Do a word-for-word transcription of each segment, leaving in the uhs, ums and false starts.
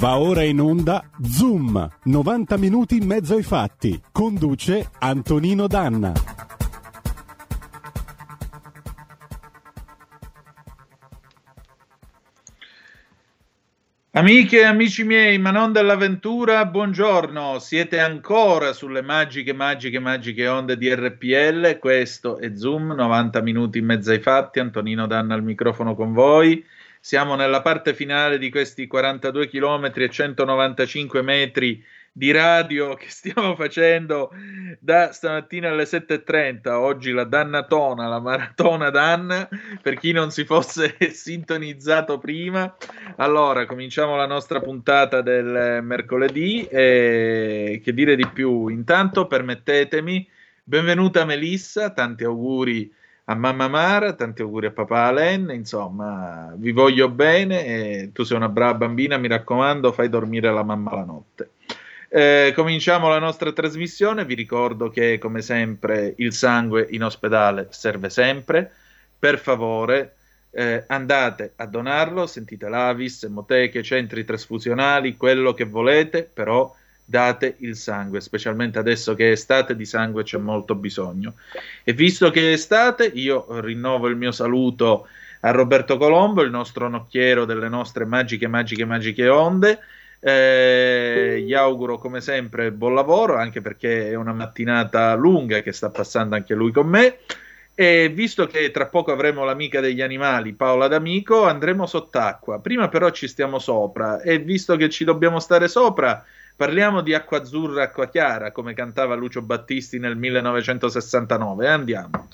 Va ora in onda Zoom, novanta minuti in mezzo ai fatti. Conduce Antonino Danna. Amiche e amici miei, ma non dell'avventura, buongiorno. Siete ancora sulle magiche, magiche, magiche onde di R P L. Questo è Zoom, novanta minuti in mezzo ai fatti. Antonino Danna al microfono con voi. Siamo nella parte finale di questi quarantadue chilometri e centonovantacinque metri di radio che stiamo facendo da stamattina alle sette e trenta. Oggi la Dannatona, la maratona Danna, per chi non si fosse sintonizzato prima. Allora, cominciamo la nostra puntata del mercoledì e che dire di più? Intanto permettetemi, benvenuta Melissa, tanti auguri a mamma Mara, tanti auguri a papà Alen, insomma, vi voglio bene e tu sei una brava bambina, mi raccomando, fai dormire la mamma la notte. Eh, cominciamo la nostra trasmissione, vi ricordo che come sempre il sangue in ospedale serve sempre, per favore eh, andate a donarlo, sentite l'Avis, emoteche, centri trasfusionali, quello che volete, però date il sangue, specialmente adesso che è estate, di sangue c'è molto bisogno. E visto che è estate, io rinnovo il mio saluto a Roberto Colombo, il nostro nocchiero delle nostre magiche, magiche, magiche onde. Eh, gli auguro come sempre buon lavoro, anche perché è una mattinata lunga che sta passando anche lui con me. E visto che tra poco avremo l'amica degli animali, Paola D'Amico, andremo sott'acqua. Prima però ci stiamo sopra e visto che ci dobbiamo stare sopra, parliamo di acqua azzurra, acqua chiara, come cantava Lucio Battisti nel millenovecentosessantanove. Andiamo.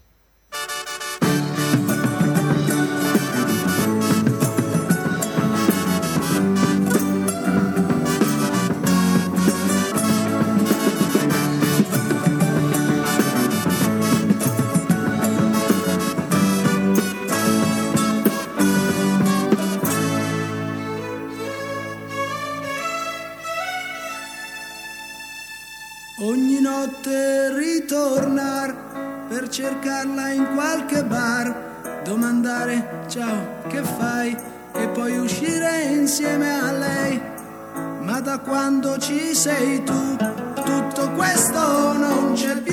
Ogni notte ritornar per cercarla in qualche bar, domandare ciao che fai e poi uscire insieme a lei. Ma da quando ci sei tu tutto questo non c'è più.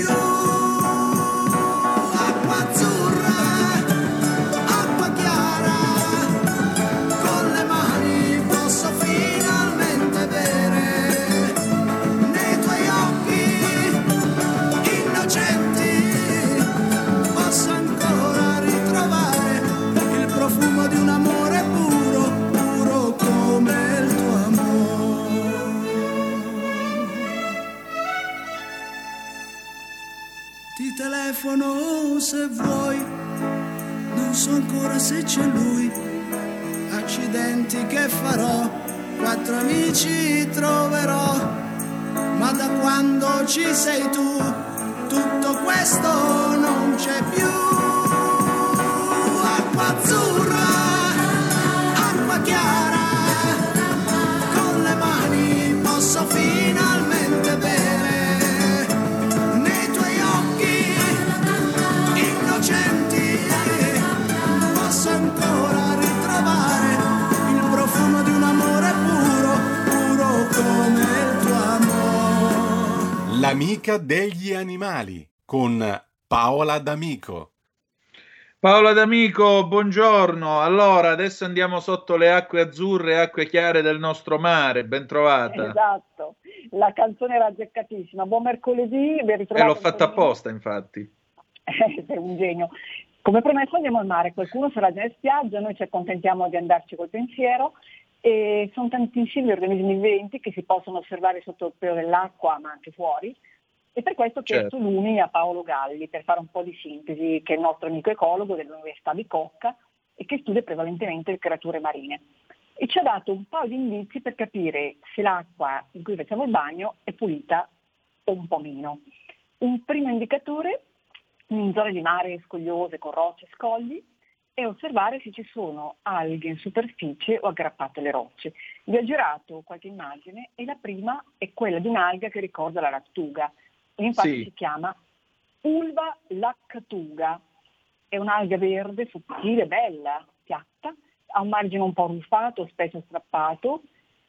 Acqua azzurra, acqua chiara, con le mani posso finalmente bere. Posso ancora ritrovare il profumo di un amore puro, puro come il tuo amore. Ti telefono se vuoi, non so ancora se c'è lui. Accidenti che farò, quattro amici troverò, ma da quando ci sei tu tutto questo non c'è più. Acqua azzurra, acqua chiara, con le mani posso finalmente bere. Nei tuoi occhi innocenti posso ancora ritrovare il profumo di un amore puro, puro come il tuo amore. L'amica degli animali con Paola D'Amico. Paola D'Amico, buongiorno. Allora, adesso andiamo sotto le acque azzurre e acque chiare del nostro mare. Ben trovata. Esatto, la canzone era azzeccatissima. Buon mercoledì, ben ritrovato. E l'ho fatta apposta, infatti. Sei un genio. Come promesso andiamo al mare, qualcuno sarà già in spiaggia, noi ci accontentiamo di andarci col pensiero. E sono tantissimi gli organismi viventi che si possono osservare sotto il pelo dell'acqua, ma anche fuori. E per questo ho chiesto Certo. l'Uni a Paolo Galli per fare un po' di sintesi, che è il nostro amico ecologo dell'Università di Bicocca e che studia prevalentemente le creature marine. E ci ha dato un paio di indizi per capire se l'acqua in cui facciamo il bagno è pulita o un po' meno. Un primo indicatore, in zone di mare scogliose con rocce e scogli, è osservare se ci sono alghe in superficie o aggrappate alle rocce. Vi ho girato qualche immagine e la prima è quella di un'alga che ricorda la lattuga. E infatti Sì. si chiama Ulva lactuga. È un'alga verde, sottile, bella, piatta, ha un margine un po' arruffato, spesso strappato,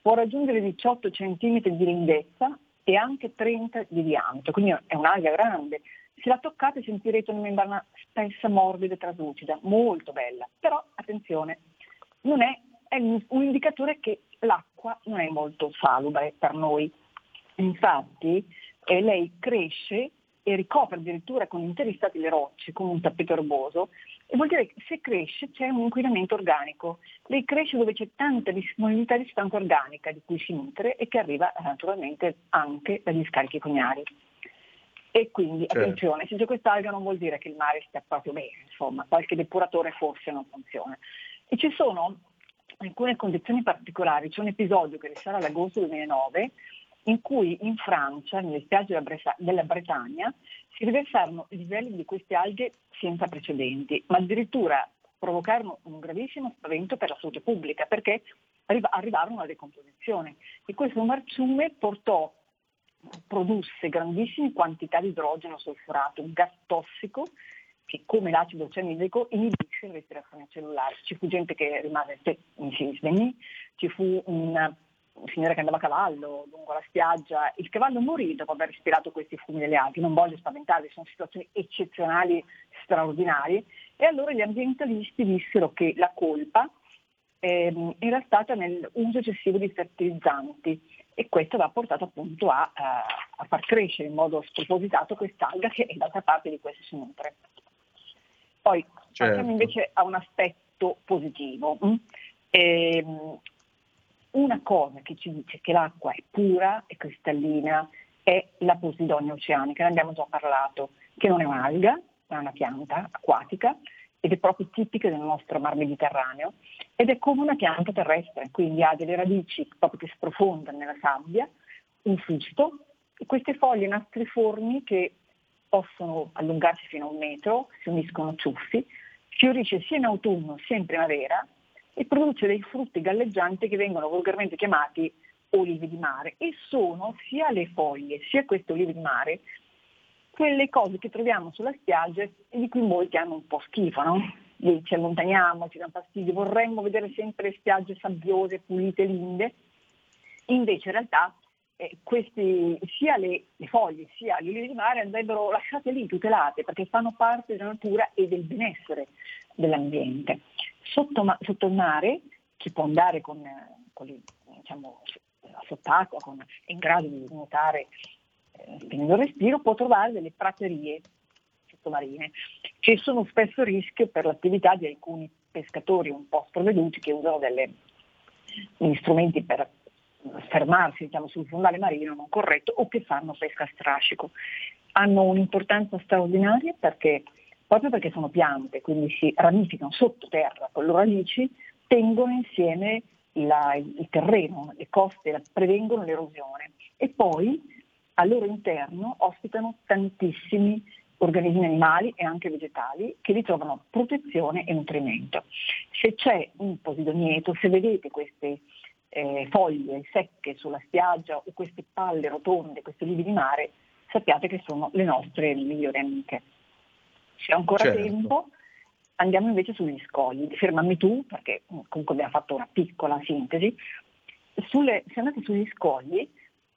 può raggiungere diciotto centimetri di lunghezza e anche trenta di diametro, quindi è un'alga grande. Se la toccate sentirete una membrana spessa, morbida e traslucida, molto bella, però attenzione, non è, è un indicatore che l'acqua non è molto salubre per noi. Infatti eh, lei cresce e ricopre addirittura con interi stati le rocce, come un tappeto erboso, e vuol dire che se cresce c'è un inquinamento organico. Lei cresce dove c'è tanta disponibilità di sostanza organica di cui si nutre e che arriva naturalmente anche dagli scarichi fognari. E quindi certo. attenzione, se c'è quest'alga non vuol dire che il mare stia proprio bene, insomma, qualche depuratore forse non funziona. E ci sono alcune condizioni particolari. C'è un episodio che risale all'agosto duemilanove in cui in Francia, nelle spiagge della, Bresa- della Bretagna, si riversarono livelli di queste alghe senza precedenti, ma addirittura provocarono un gravissimo spavento per la salute pubblica, perché arriva- arrivarono alla decomposizione. E questo marciume portò, produsse grandissime quantità di idrogeno solfurato, un gas tossico che, come l'acido cianidrico, inibisce la respirazione cellulare. Ci fu gente che rimase, si svegnì, ci fu un signore che andava a cavallo lungo la spiaggia, il cavallo morì dopo aver respirato questi fumi delle alghe. Non voglio spaventarvi, sono situazioni eccezionali, straordinarie, e allora gli ambientalisti dissero che la colpa ehm, era stata nell'uso eccessivo di fertilizzanti, e questo aveva portato appunto a, a, a far crescere in modo spropositato quest'alga che d'altra parte di questo si nutre. Poi certo. passiamo invece a un aspetto positivo. Ehm, Una cosa che ci dice che l'acqua è pura e cristallina è la Posidonia oceanica, ne abbiamo già parlato, che non è un'alga, ma è una pianta acquatica ed è proprio tipica del nostro mar Mediterraneo, ed è come una pianta terrestre, quindi ha delle radici proprio che sprofondano nella sabbia, un fusto, e queste foglie nastriformi che possono allungarsi fino a un metro, si uniscono ciuffi, fiorisce sia in autunno sia in primavera, e produce dei frutti galleggianti che vengono volgarmente chiamati olivi di mare, e sono sia le foglie sia queste olive di mare quelle cose che troviamo sulla spiaggia e di cui molti hanno un po' schifo, no? E ci allontaniamo, ci danno fastidio, vorremmo vedere sempre spiagge sabbiose, pulite, linde. Invece in realtà eh, questi, sia le, le foglie sia le olive di mare andrebbero lasciate lì, tutelate, perché fanno parte della natura e del benessere dell'ambiente. Sotto, ma, sotto il mare ci può andare con, con le, diciamo, sott'acqua, con, è in grado di nuotare eh, tenendo il respiro, può trovare delle praterie sottomarine che sono spesso rischio per l'attività di alcuni pescatori un po' sprovveduti che usano delle, degli strumenti per fermarsi, diciamo, sul fondale marino non corretto, o che fanno pesca a strascico. Hanno un'importanza straordinaria perché proprio perché sono piante, quindi si ramificano sottoterra con le loro radici, tengono insieme la, il terreno, le coste, prevengono l'erosione, e poi al loro interno ospitano tantissimi organismi animali e anche vegetali che vi trovano protezione e nutrimento. Se c'è un posidonieto, se vedete queste eh, foglie secche sulla spiaggia o queste palle rotonde, queste olive di mare, sappiate che sono le nostre migliori amiche. C'è ancora certo. tempo, andiamo invece sugli scogli. Fermami tu, perché comunque abbiamo fatto una piccola sintesi. Sulle, se andate sugli scogli,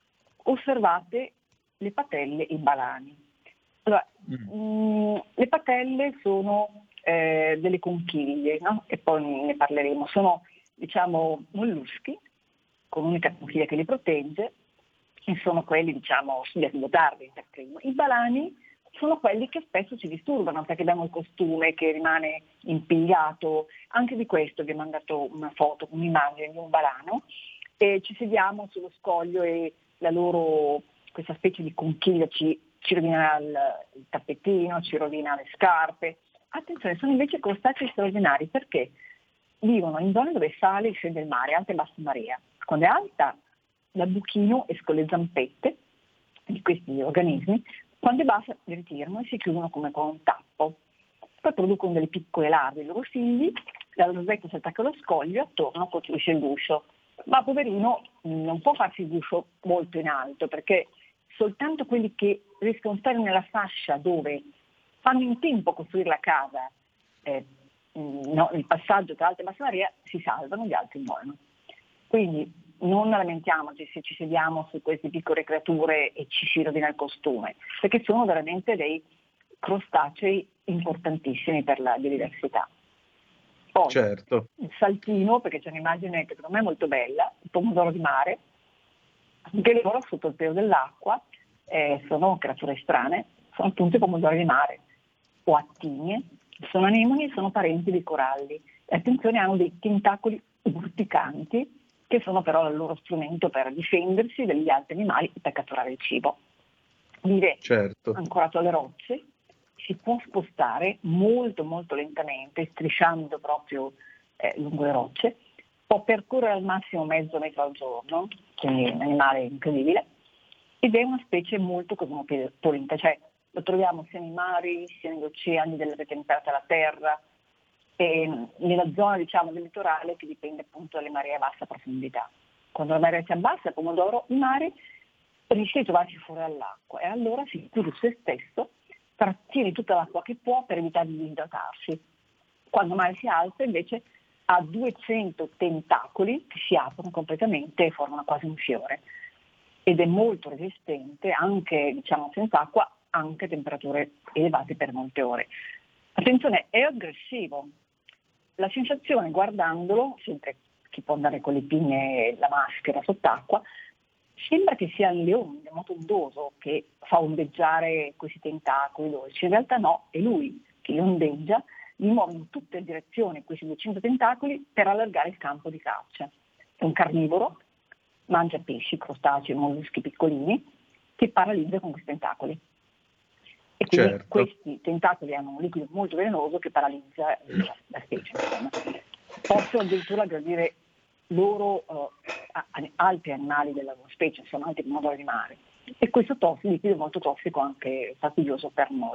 osservate le patelle e i balani. Allora, mm. mh, le patelle sono eh, delle conchiglie, no? E poi ne parleremo. Sono, diciamo, molluschi, con un'unica conchiglia che li protegge, e sono quelli, diciamo, studiati da Darwin per primo. I balani sono quelli che spesso ci disturbano perché danno il costume che rimane impigliato. Anche di questo vi ho mandato una foto, un'immagine di un balano, e ci sediamo sullo scoglio e la loro, questa specie di conchiglia ci, ci rovina il, il tappetino, ci rovina le scarpe. Attenzione, sono invece crostacei straordinari perché vivono in zone dove sale e scende il mare, alta e bassa marea. Quando è alta, dal buchino escono le zampette di questi organismi, quando è bassa li ritirano e si chiudono come con un tappo. Poi producono delle piccole larve, i loro figli, la rosetta si attacca allo scoglio, attorno costruisce il guscio. Ma poverino non può farsi il guscio molto in alto, perché soltanto quelli che riescono a stare nella fascia dove fanno in tempo a costruire la casa, eh, no, il passaggio tra alta e bassa marea, si salvano, gli altri muoiono. Quindi non lamentiamoci se ci sediamo su queste piccole creature e ci si rovina il costume, perché sono veramente dei crostacei importantissimi per la biodiversità. Poi certo. il saltino, perché c'è un'immagine che secondo me è molto bella, il pomodoro di mare, anche loro sotto il pelo dell'acqua eh, sono creature strane, sono appunto i pomodori di mare o attinie, sono anemoni e sono parenti dei coralli. E attenzione, hanno dei tentacoli urticanti che sono però il loro strumento per difendersi dagli altri animali e per catturare il cibo. Vive Certo. ancorato alle rocce, si può spostare molto molto lentamente, strisciando proprio eh, lungo le rocce, può percorrere al massimo mezzo metro al giorno, quindi è un animale incredibile, ed è una specie molto cosmopolita, cioè lo troviamo sia nei mari, sia negli oceani della temperata la terra, e nella zona diciamo del litorale che dipende appunto dalle maree a bassa profondità. Quando la marea si abbassa, il pomodoro in mare rischia di trovarsi fuori dall'acqua e allora si chiude se stesso, trattiene tutta l'acqua che può per evitare di idratarsi. Quando il mare si alza invece ha duecento tentacoli che si aprono completamente e formano quasi un fiore ed è molto resistente anche diciamo senza acqua, anche a temperature elevate per molte ore. Attenzione, è aggressivo. La sensazione guardandolo, sempre chi può andare con le pinne e la maschera sott'acqua, sembra che sia il leone molto ondoso che fa ondeggiare questi tentacoli dolci. In realtà no, è lui che li ondeggia, li muove in tutte le direzioni questi duecento tentacoli per allargare il campo di caccia. È un carnivoro, mangia pesci, crostacei, molluschi piccolini, che paralizza con questi tentacoli. E quindi Certo. questi tentacoli hanno un liquido molto velenoso che paralizza la, la specie. Insomma. Possono addirittura aggredire loro uh, altri animali della loro specie, insomma altri pomodori di mare. E questo tossico, liquido molto tossico, anche fastidioso per noi.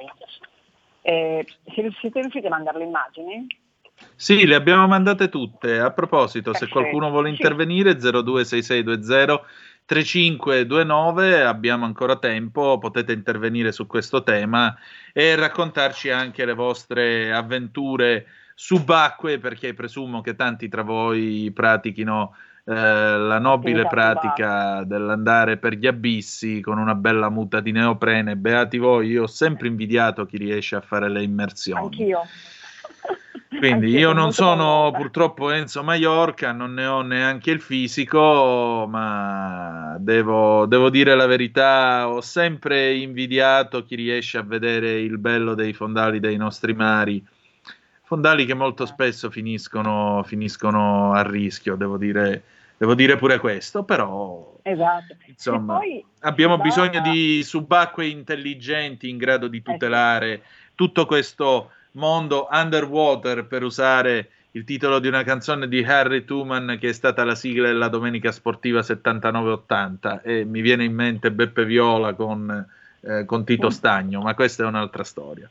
Eh, siete riusciti a mandare le immagini? Sì, le abbiamo mandate tutte. A proposito, se Perfetto. qualcuno vuole Sì. intervenire, zero due sei sei due zero tre cinque due nove, abbiamo ancora tempo, potete intervenire su questo tema e raccontarci anche le vostre avventure subacquee, perché presumo che tanti tra voi pratichino eh, la nobile Attività pratica dell'andare per gli abissi con una bella muta di neoprene. Beati voi, io ho sempre invidiato chi riesce a fare le immersioni. Anch'io. Quindi Anch'io, io non molto sono paurosa. purtroppo Enzo Maiorca, non ne ho neanche il fisico, ma devo, devo dire la verità, ho sempre invidiato chi riesce a vedere il bello dei fondali dei nostri mari, fondali che molto spesso finiscono, finiscono a rischio, devo dire, devo dire pure questo, però Esatto. insomma E poi abbiamo si bisogno va... di subacquei intelligenti in grado di Eh sì. tutelare tutto questo mondo underwater, per usare il titolo di una canzone di Harry Truman che è stata la sigla della Domenica Sportiva settantanove ottanta, e mi viene in mente Beppe Viola con, eh, con Tito Stagno, ma questa è un'altra storia.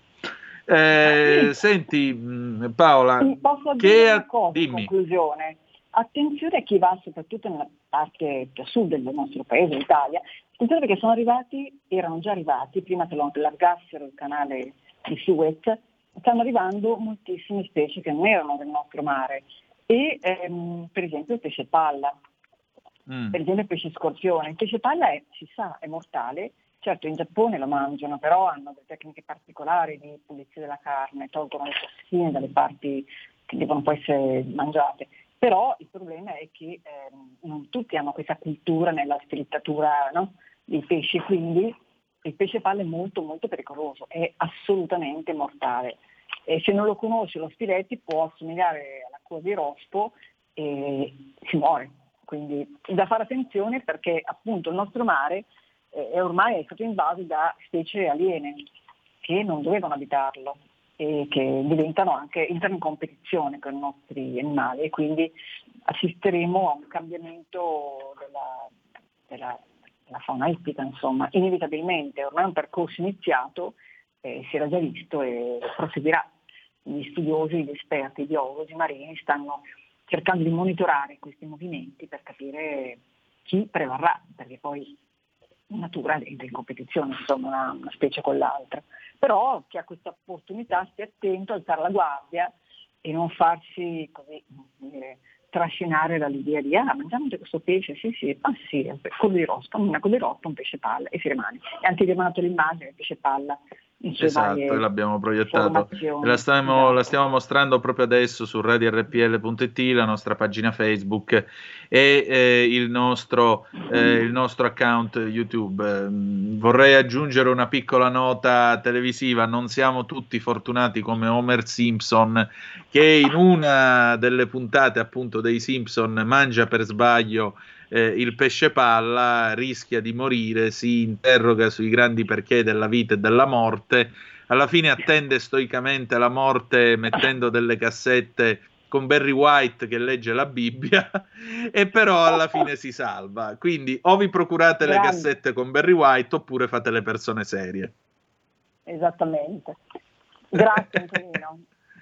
Eh, senti mh, Paola, Posso che aggiungere a... una cosa in dimmi. conclusione? Attenzione a chi va soprattutto nella parte più a sud del nostro paese, l'Italia, attenzione perché sono arrivati, erano già arrivati, prima che lo allargassero il canale di Suez, stanno arrivando moltissime specie che non erano del nostro mare e ehm, per esempio il pesce palla, Mm. per esempio il pesce scorpione. Il pesce palla è, si sa, è mortale, certo in Giappone lo mangiano, però hanno delle tecniche particolari di pulizia della carne, tolgono le tossine dalle parti che devono poi essere mangiate. Però il problema è che ehm, non tutti hanno questa cultura nella sfilittatura, no, dei pesci, quindi il pesce palla è molto molto pericoloso, è assolutamente mortale. E se non lo conosci lo Spiletti può assomigliare alla coda di rospo e si muore. Quindi da fare attenzione perché appunto il nostro mare eh, è ormai è stato invaso da specie aliene che non dovevano abitarlo e che diventano anche, entrano in competizione con i nostri animali e quindi assisteremo a un cambiamento della, della, della fauna ittica, insomma, inevitabilmente. Ormai è un percorso iniziato, eh, si era già visto e proseguirà. Gli studiosi, gli esperti, i biologi marini stanno cercando di monitorare questi movimenti per capire chi prevarrà, perché poi in natura entra in competizione, insomma, una, una specie con l'altra. Però chi ha questa opportunità stia attento, alzare la guardia e non farsi così dire, trascinare dall'idea di ah, mangiamo questo pesce, sì sì, ah sì, codirotta, una codirotta, un pesce palla e si rimane. E anche rimandato l'immagine del pesce palla in sue Esatto, varie e l'abbiamo proiettato e la formazioni. stiamo, Esatto. la stiamo mostrando proprio adesso su radio R P L punto it, la nostra pagina Facebook e eh, il, nostro, eh, il nostro account YouTube. Mm, vorrei aggiungere una piccola nota televisiva: non siamo tutti fortunati come Homer Simpson, che in una delle puntate appunto dei Simpson mangia per sbaglio eh, il pesce palla, rischia di morire, si interroga sui grandi perché della vita e della morte, alla fine attende stoicamente la morte mettendo delle cassette con Barry White che legge la Bibbia e però alla fine si salva. Quindi o vi procurate le Grande. cassette con Barry White oppure fate le persone serie. Esattamente. Grazie Antonino.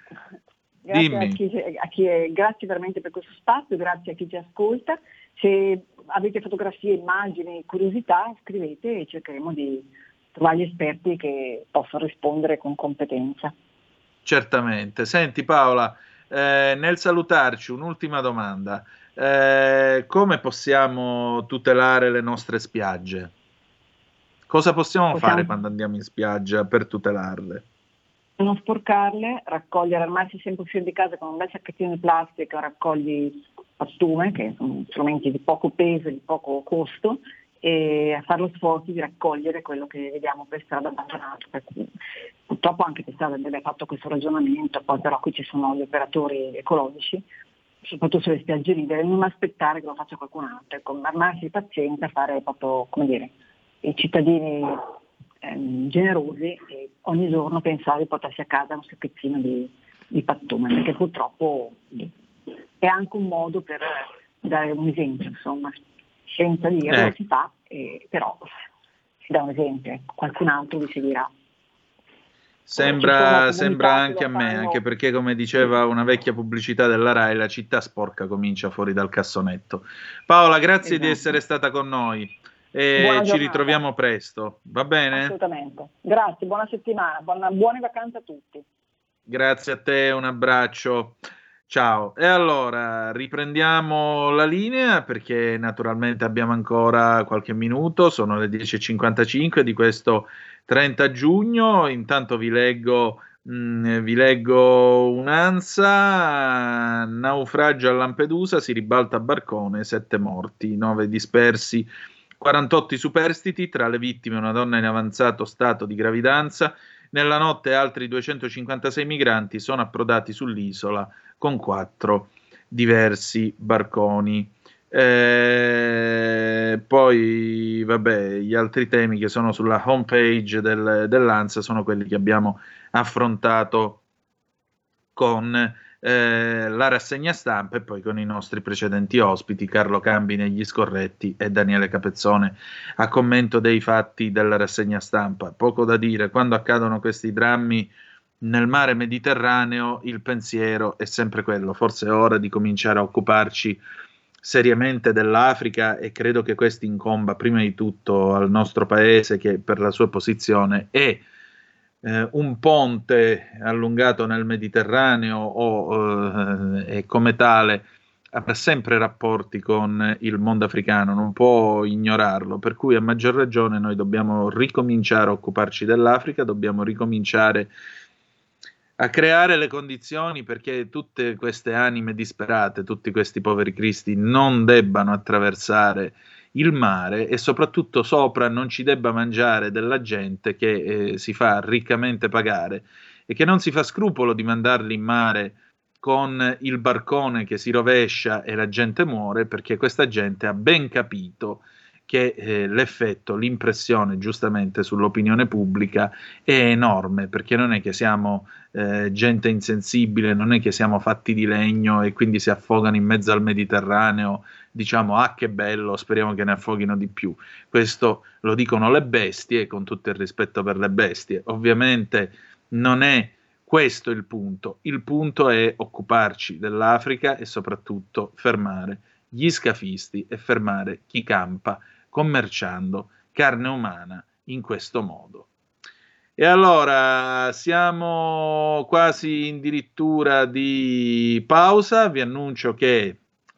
Grazie a chi, a chi è, grazie veramente per questo spazio, grazie a chi ci ascolta. Se avete fotografie, immagini, curiosità, scrivete e cercheremo di trovare gli esperti che possono rispondere con competenza. Certamente. Senti Paola, eh, nel salutarci un'ultima domanda. Eh, come possiamo tutelare le nostre spiagge? Cosa possiamo, possiamo fare quando andiamo in spiaggia per tutelarle? Non sporcarle, raccogliere, armarsi sempre fuori di casa con un bel sacchettino di plastica, raccogli pattume, che sono strumenti di poco peso e di poco costo, e a fare lo sforzo di raccogliere quello che vediamo per strada abbandonato. Purtroppo anche per strada abbiamo fatto questo ragionamento, poi però qui ci sono gli operatori ecologici, soprattutto sulle spiagge libere, non aspettare che lo faccia qualcun altro, ecco, armarsi di pazienza, fare proprio, come dire, i cittadini ehm, generosi e ogni giorno pensare di portarsi a casa un sacchettino di, di pattume, perché purtroppo è anche un modo per dare un esempio, insomma, senza dirlo eh. si fa, eh, però si dà un esempio, qualcun altro vi seguirà. Sembra, sembra anche a me, fanno... anche perché come diceva una vecchia pubblicità della Rai, la città sporca comincia fuori dal cassonetto. Paola, grazie esatto. di essere stata con noi e ci ritroviamo presto, va bene? Assolutamente, grazie, buona settimana, buona, buone vacanze a tutti. Grazie a te, un abbraccio. Ciao. E allora riprendiamo la linea perché naturalmente abbiamo ancora qualche minuto, sono le dieci e cinquantacinque di questo trenta giugno. Intanto vi leggo, mh, vi leggo un'ansa: naufragio a Lampedusa, si ribalta barcone, sette morti, nove dispersi, quarantotto i superstiti, tra le vittime una donna in avanzato stato di gravidanza. Nella notte altri duecentocinquantasei migranti sono approdati sull'isola con quattro diversi barconi. Eh, poi, vabbè, gli altri temi che sono sulla homepage del, dell'ANSA sono quelli che abbiamo affrontato con eh, la rassegna stampa e poi con i nostri precedenti ospiti, Carlo Cambi negli scorretti e Daniele Capezzone a commento dei fatti della rassegna stampa. Poco da dire, quando accadono questi drammi nel mare Mediterraneo il pensiero è sempre quello: forse è ora di cominciare a occuparci seriamente dell'Africa, e credo che questo incomba prima di tutto al nostro paese, che per la sua posizione è eh, un ponte allungato nel Mediterraneo o, eh, e come tale avrà sempre rapporti con il mondo africano, non può ignorarlo, per cui a maggior ragione noi dobbiamo ricominciare a occuparci dell'Africa, dobbiamo ricominciare a creare le condizioni perché tutte queste anime disperate, tutti questi poveri cristi non debbano attraversare il mare e soprattutto sopra non ci debba mangiare della gente che eh, si fa riccamente pagare e che non si fa scrupolo di mandarli in mare con il barcone che si rovescia e la gente muore, perché questa gente ha ben capito che eh, l'effetto, l'impressione giustamente sull'opinione pubblica è enorme, perché non è che siamo eh, gente insensibile, non è che siamo fatti di legno e quindi si affogano in mezzo al Mediterraneo, diciamo ah che bello, speriamo che ne affoghino di più. Questo lo dicono le bestie, con tutto il rispetto per le bestie. Ovviamente non è questo il punto, il punto è occuparci dell'Africa e soprattutto fermare gli scafisti e fermare chi campa commerciando carne umana in questo modo. E allora siamo quasi in dirittura di pausa, vi annuncio che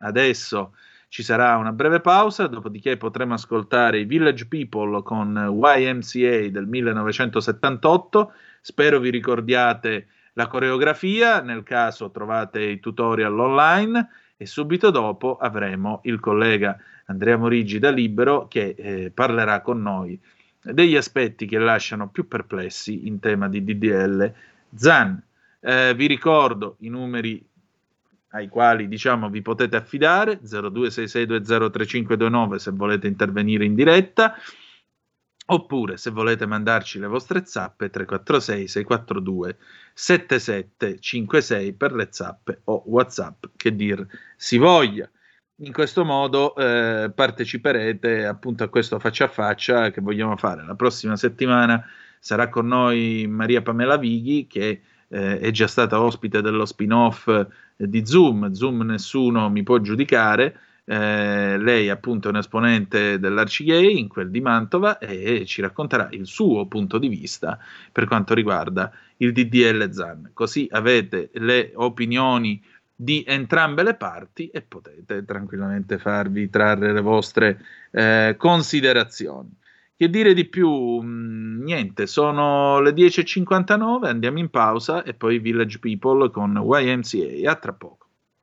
adesso ci sarà una breve pausa, dopodiché potremo ascoltare i Village People con Y M C A del millenovecentosettantotto. Spero vi ricordiate la coreografia, nel caso trovate i tutorial online, e subito dopo avremo il collega Andrea Morigi da Libero che eh, parlerà con noi degli aspetti che lasciano più perplessi in tema di D D L Zan. Eh, vi ricordo i numeri ai quali diciamo vi potete affidare: zero due sei sei due zero tre cinque due nove se volete intervenire in diretta, oppure se volete mandarci le vostre zappe tre quattro sei sei quattro due sette sette cinque sei per le zappe o WhatsApp, che dir si voglia. In questo modo eh, parteciperete appunto a questo faccia a faccia che vogliamo fare. La prossima settimana sarà con noi Maria Pamela Vighi, che eh, è già stata ospite dello spin-off eh, di Zoom, Zoom Nessuno mi può giudicare. Eh, lei appunto è un esponente dell'Arcigay, in quel di Mantova, e ci racconterà il suo punto di vista per quanto riguarda il D D L Zan. Così avete le opinioni di entrambe le parti e potete tranquillamente farvi trarre le vostre eh, considerazioni. Che dire di più? Mm, niente, sono le dieci e cinquantanove, andiamo in pausa e poi Village People con Y M C A. A tra poco.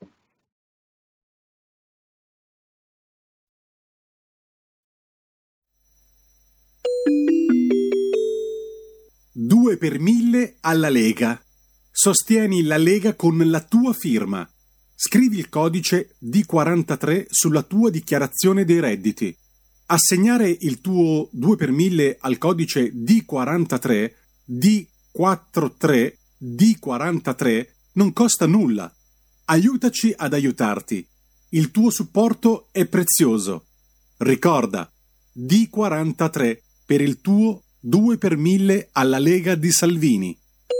due per mille alla Lega. Sostieni la Lega con la tua firma. Scrivi il codice D quarantatré sulla tua dichiarazione dei redditi. Assegnare il tuo due per mille al codice D quarantatré, D quarantatré, D quarantatré non costa nulla. Aiutaci ad aiutarti. Il tuo supporto è prezioso. Ricorda, D quarantatré per il tuo due per mille alla Lega di Salvini.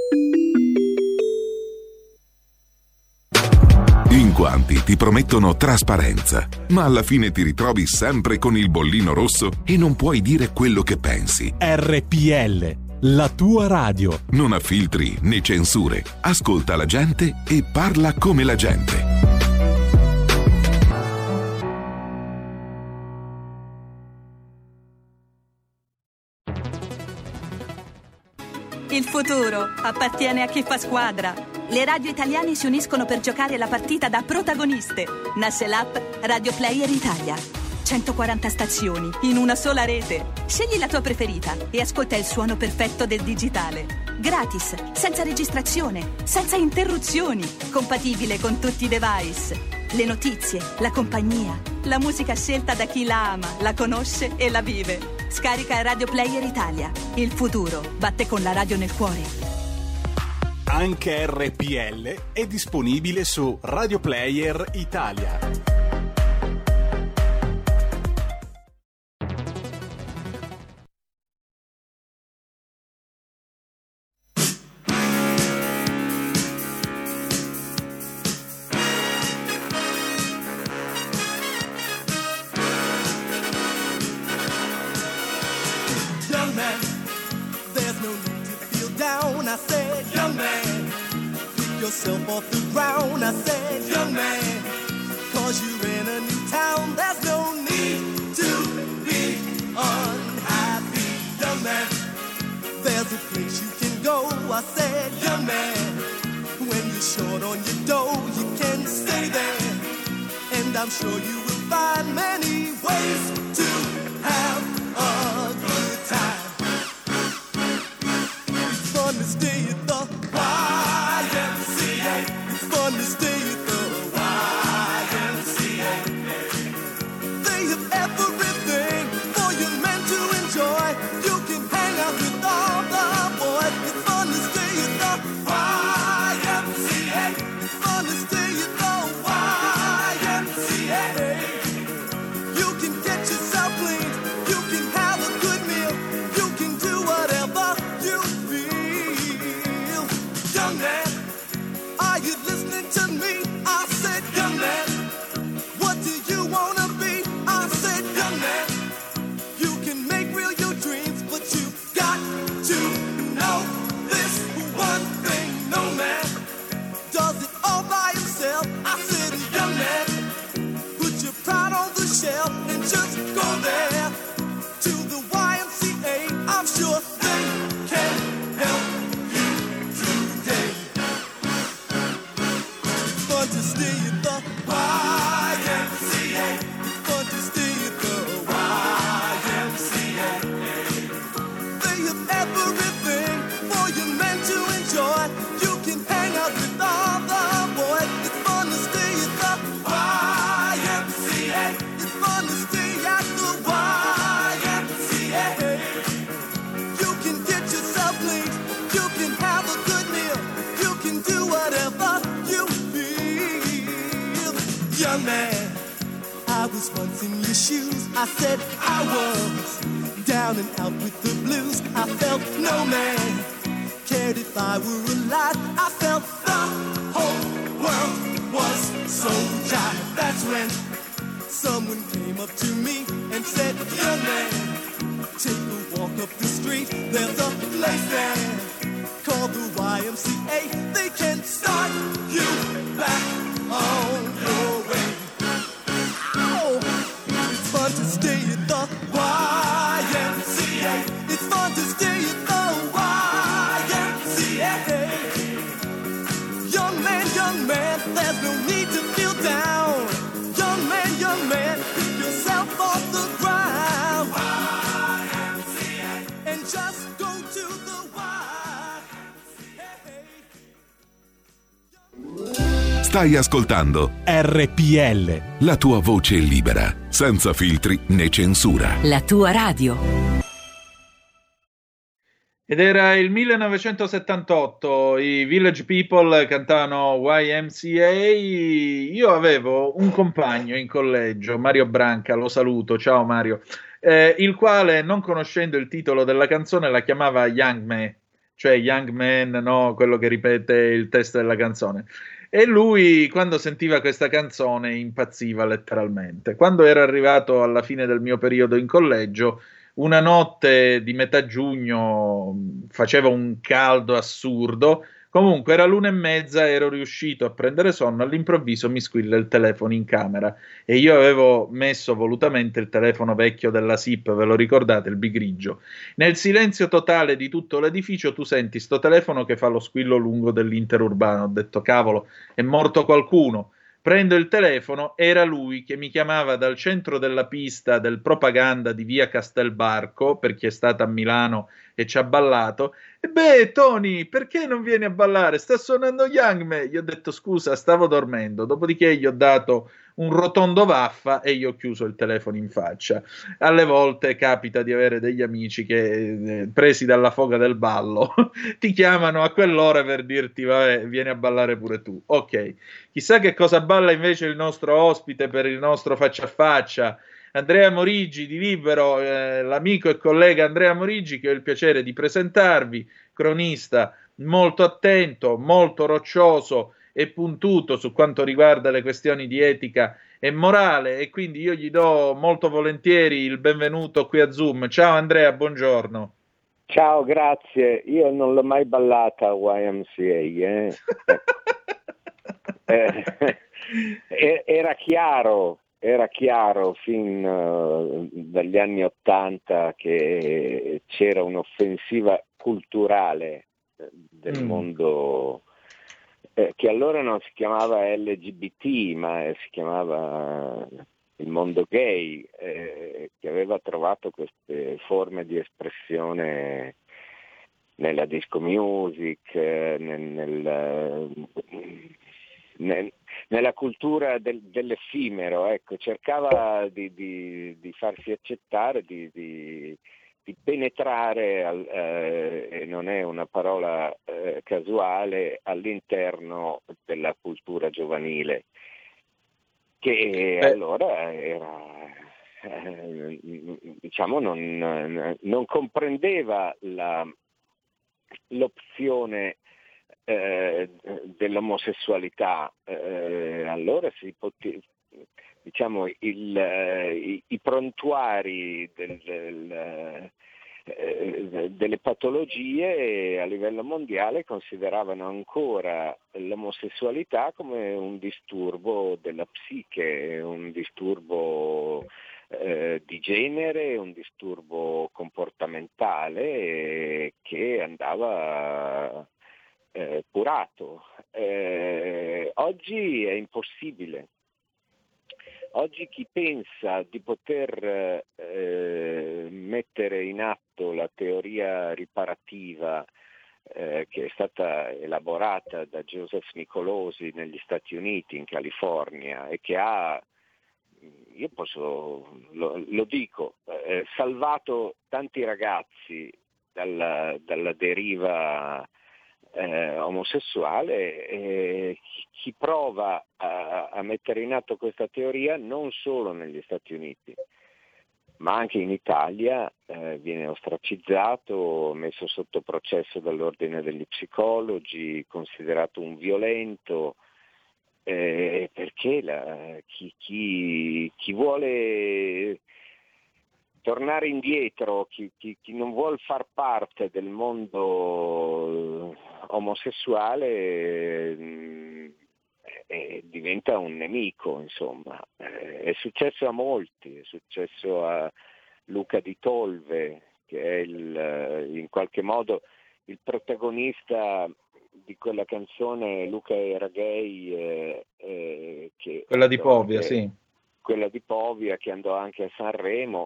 In quanti ti promettono trasparenza, ma alla fine ti ritrovi sempre con il bollino rosso e non puoi dire quello che pensi. R P L, la tua radio. Non ha filtri né censure. Ascolta la gente e parla come la gente. Il futuro appartiene a chi fa squadra. Le radio italiane si uniscono per giocare la partita da protagoniste. Nasce l'app Radio Player Italia. centoquaranta stazioni in una sola rete. Scegli la tua preferita e ascolta il suono perfetto del digitale. Gratis, senza registrazione, senza interruzioni, compatibile con tutti i device. Le notizie, la compagnia, la musica scelta da chi la ama, la conosce e la vive. Scarica Radio Player Italia. Il futuro batte con la radio nel cuore. Anche R P L è disponibile su Radio Player Italia. Young man, there's no need to feel down. I said, young man, pick yourself off the ground. I said, young man, cause you're in a new town. There's no need to be unhappy. Young man, there's a place you can go. I said, young man, when you're short on your dough, you can stay there. And I'm sure you will find many ways to have a good time. It's fun to stay at the Y M C A. It's fun to stay at the Y M C A. They have everything for young men to enjoy. You can hang out with all the boys. It's fun to stay at the Y M C A. It's fun to stay at the Y M C A. You can get yourself cleaned. You can have a good meal. You can do whatever you feel. Young man, are you listening to me? I said, young man, what do you wanna be? I said, young man, you can make real your dreams, but you got to know this one thing. No man does it all by himself. to stay at the Y M C A. It's fun to stay at the Y M C A. They have everything for you men to enjoy. You can hang out with all the boys. It's fun to stay at the Y M C A. It's fun to stay at the Y M C A. You can get yourself linked. You can have a good meal. You can do whatever you feel. Young man, I was once in your shoes. I said I was down and out with the blues. I felt no man cared if I were alive. I felt the whole world was so jive. That's when someone came up to me and said, young man, take a walk up the street. There's a place there called the Y M C A. They can start you back on your way. Oh, it's fun to stay at the Y M C A. It's fun to stay at the Y M C A. Young man, young man, there's no need to feel down. Young man, young man, pick yourself off the ground. Y M C A. And just go to the Y M C A. Stai ascoltando R P L, la tua voce libera, senza filtri né censura. La tua radio. Ed era il millenovecentosettantotto, i Village People cantavano Y M C A. Io avevo un compagno in collegio, Mario Branca, lo saluto, ciao Mario, eh, il quale, non conoscendo il titolo della canzone, la chiamava Young Man, cioè Young Man, no, quello che ripete il testo della canzone. E lui, quando sentiva questa canzone, impazziva letteralmente. Quando era arrivato alla fine del mio periodo in collegio, una notte di metà giugno, faceva un caldo assurdo, comunque era l'una e mezza, ero riuscito a prendere sonno, all'improvviso mi squilla il telefono in camera e io avevo messo volutamente il telefono vecchio della S I P, ve lo ricordate, il bigrigio. Nel silenzio totale di tutto l'edificio tu senti sto telefono che fa lo squillo lungo dell'interurbano. Ho detto cavolo, è morto qualcuno. Prendo il telefono, era lui che mi chiamava dal centro della pista del Propaganda di via Castelbarco, per chi è stato a Milano e ci ha ballato. E beh, Tony, perché non vieni a ballare? Sta suonando Young Man. Gli ho detto scusa, stavo dormendo. Dopodiché gli ho dato un rotondo vaffa e gli ho chiuso il telefono in faccia. Alle volte capita di avere degli amici che, eh, presi dalla foga del ballo, ti chiamano a quell'ora per dirti vabbè, vieni a ballare pure tu. Ok, chissà che cosa balla invece il nostro ospite per il nostro faccia a faccia, Andrea Morigi di Libero, eh, l'amico e collega Andrea Morigi, che ho il piacere di presentarvi, cronista molto attento, molto roccioso e puntuto su quanto riguarda le questioni di etica e morale, e quindi io gli do molto volentieri il benvenuto qui a Zoom. Ciao Andrea, buongiorno. Ciao, grazie. Io non l'ho mai ballata a Y M C A. Eh. eh, era chiaro, era chiaro fin uh, dagli anni Ottanta che c'era un'offensiva culturale del mm. mondo eh, che allora non si chiamava L G B T, ma eh, si chiamava il mondo gay, eh, che aveva trovato queste forme di espressione nella disco music, eh, nel, nel, nel, nella cultura del, dell'effimero, ecco, cercava di, di, di farsi accettare, di, di, di penetrare, al, eh, e non è una parola eh, casuale, all'interno della cultura giovanile, che Beh. allora era, eh, diciamo, non, non comprendeva la, l'opzione eh, dell'omosessualità. Eh, allora si poteva, diciamo, il, eh, i, i prontuari del, del, eh, delle patologie a livello mondiale consideravano ancora l'omosessualità come un disturbo della psiche, un disturbo eh, di genere, un disturbo comportamentale eh, che andava eh, curato. Eh, oggi è impossibile. Oggi chi pensa di poter eh, mettere in atto la teoria riparativa eh, che è stata elaborata da Joseph Nicolosi negli Stati Uniti, in California, e che ha, io posso, lo, lo dico, eh, salvato tanti ragazzi dalla, dalla deriva Eh, omosessuale, eh, chi prova a, a mettere in atto questa teoria non solo negli Stati Uniti ma anche in Italia eh, viene ostracizzato, messo sotto processo dall'ordine degli psicologi, considerato un violento, eh, perché la, chi, chi, chi vuole tornare indietro, chi, chi, chi non vuol far parte del mondo omosessuale mh, eh, diventa un nemico, insomma. Eh, è successo a molti, è successo a Luca Di Tolve, che è il, in qualche modo il protagonista di quella canzone Luca era gay, eh, eh, che quella di Povia, anche, sì. Quella di Povia, che andò anche a Sanremo,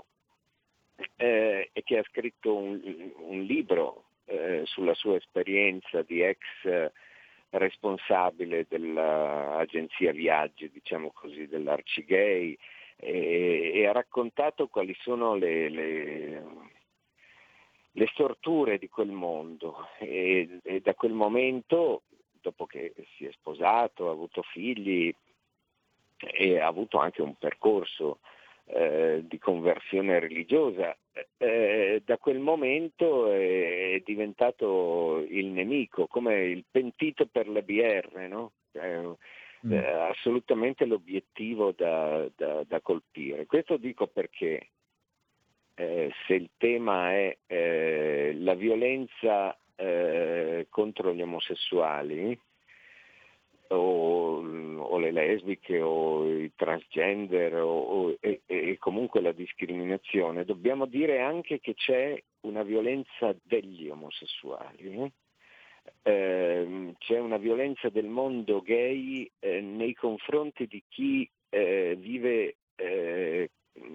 eh, e che ha scritto un, un libro eh, sulla sua esperienza di ex eh, responsabile dell'agenzia viaggi, diciamo così, dell'Arcigay, e, e ha raccontato quali sono le, le, le storture di quel mondo, e, e da quel momento, dopo che si è sposato, ha avuto figli e ha avuto anche un percorso eh, di conversione religiosa, eh, da quel momento è, è diventato il nemico, come il pentito per le B R, no? Eh, mm. eh, assolutamente l'obiettivo da, da, da colpire. Questo dico perché eh, se il tema è eh, la violenza eh, contro gli omosessuali, O, o le lesbiche o i transgender o, o, e, e comunque la discriminazione, dobbiamo dire anche che c'è una violenza degli omosessuali, eh? Eh, c'è una violenza del mondo gay eh, nei confronti di chi eh, vive eh,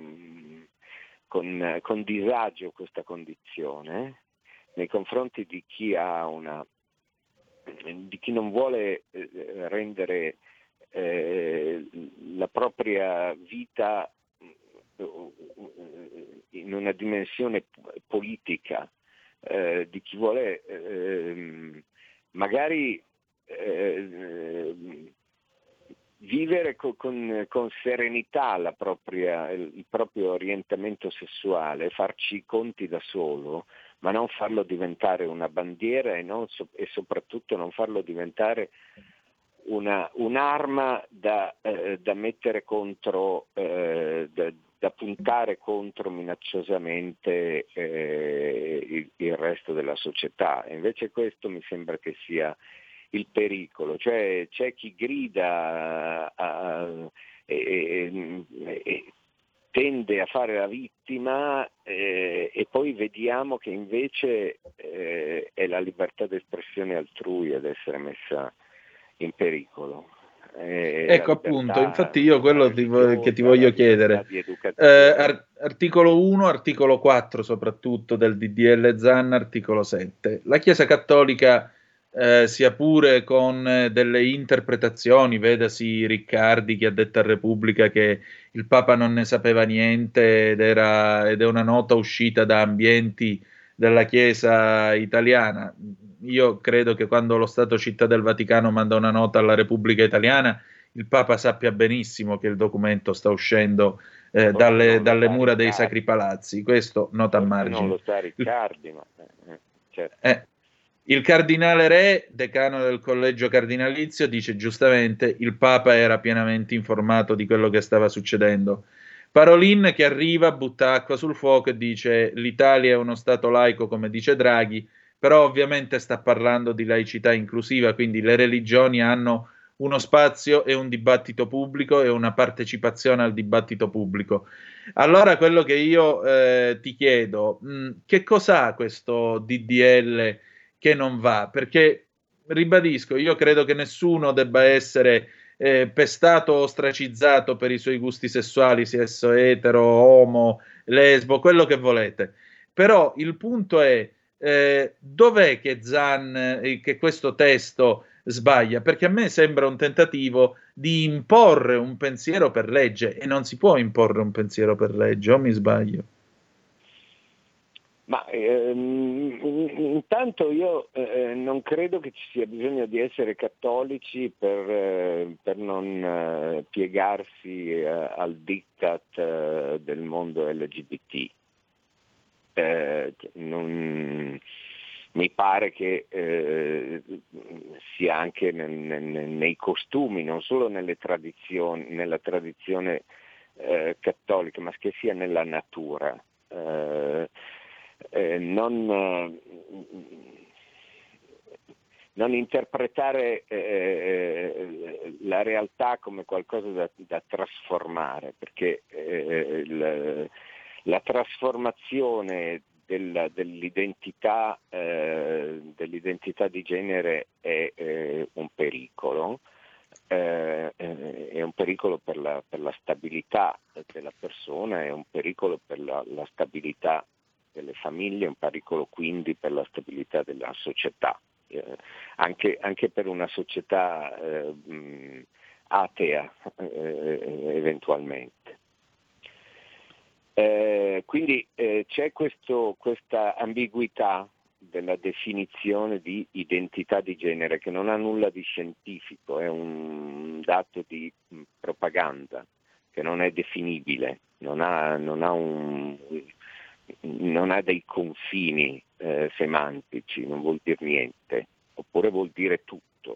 con, con disagio questa condizione, eh? Nei confronti di chi ha una di chi non vuole eh, rendere eh, la propria vita in una dimensione politica, eh, di chi vuole eh, magari eh, vivere con, con, con serenità la propria, il proprio orientamento sessuale, farci i conti da solo, ma non farlo diventare una bandiera e, non, e soprattutto non farlo diventare una, un'arma da, eh, da mettere contro, eh, da, da puntare contro minacciosamente eh, il, il resto della società. E invece questo mi sembra che sia il pericolo, cioè c'è chi grida a, e, e, e tende a fare la vittima eh, e poi vediamo che invece eh, è la libertà d'espressione altrui ad essere messa in pericolo. Eh, ecco appunto, infatti io quello ti vo- che ti voglio chiedere, eh, ar- articolo uno, articolo quattro soprattutto del D D L Zan, articolo sette, la Chiesa Cattolica Eh, sia pure con eh, delle interpretazioni, vedasi Riccardi che ha detto a Repubblica che il Papa non ne sapeva niente ed, era, ed è una nota uscita da ambienti della Chiesa italiana. Io credo che quando lo Stato Città del Vaticano manda una nota alla Repubblica Italiana, il Papa sappia benissimo che il documento sta uscendo eh, dalle, dalle mura dei Sacri Palazzi. Questo nota a margine. Non lo sa Riccardi, ma eh, certo. Eh, Il cardinale Re, decano del collegio cardinalizio, dice giustamente il Papa era pienamente informato di quello che stava succedendo. Parolin, che arriva, butta acqua sul fuoco e dice l'Italia è uno Stato laico, come dice Draghi, però ovviamente sta parlando di laicità inclusiva, quindi le religioni hanno uno spazio e un dibattito pubblico e una partecipazione al dibattito pubblico. Allora quello che io eh, ti chiedo, mh, che cos'ha questo D D L che non va? Perché ribadisco, io credo che nessuno debba essere eh, pestato o ostracizzato per i suoi gusti sessuali, sia esso etero, homo, lesbo, quello che volete. Però il punto è eh, dov'è che Zan, eh, che questo testo sbaglia? Perché a me sembra un tentativo di imporre un pensiero per legge, e non si può imporre un pensiero per legge, o mi sbaglio? Ma ehm, intanto io eh, non credo che ci sia bisogno di essere cattolici per, eh, per non eh, piegarsi eh, al diktat eh, del mondo L G B T. Eh, non, mi pare che eh, sia anche nel, nel, nei costumi, non solo nelle tradizioni, nella tradizione eh, cattolica, ma che sia nella natura. Eh, Eh, non, eh, non interpretare eh, la realtà come qualcosa da, da trasformare, perché eh, la, la trasformazione del, dell'identità, eh, dell'identità di genere è eh, un pericolo. Eh, è un pericolo per la, per la stabilità della persona, è un pericolo per la, la stabilità delle famiglie, è un pericolo quindi per la stabilità della società, eh, anche, anche per una società eh, mh, atea eh, eventualmente. Eh, quindi eh, c'è questo, questa ambiguità della definizione di identità di genere che non ha nulla di scientifico, è un dato di propaganda che non è definibile, non ha, non ha, un, non ha dei confini eh, semantici, non vuol dire niente, oppure vuol dire tutto.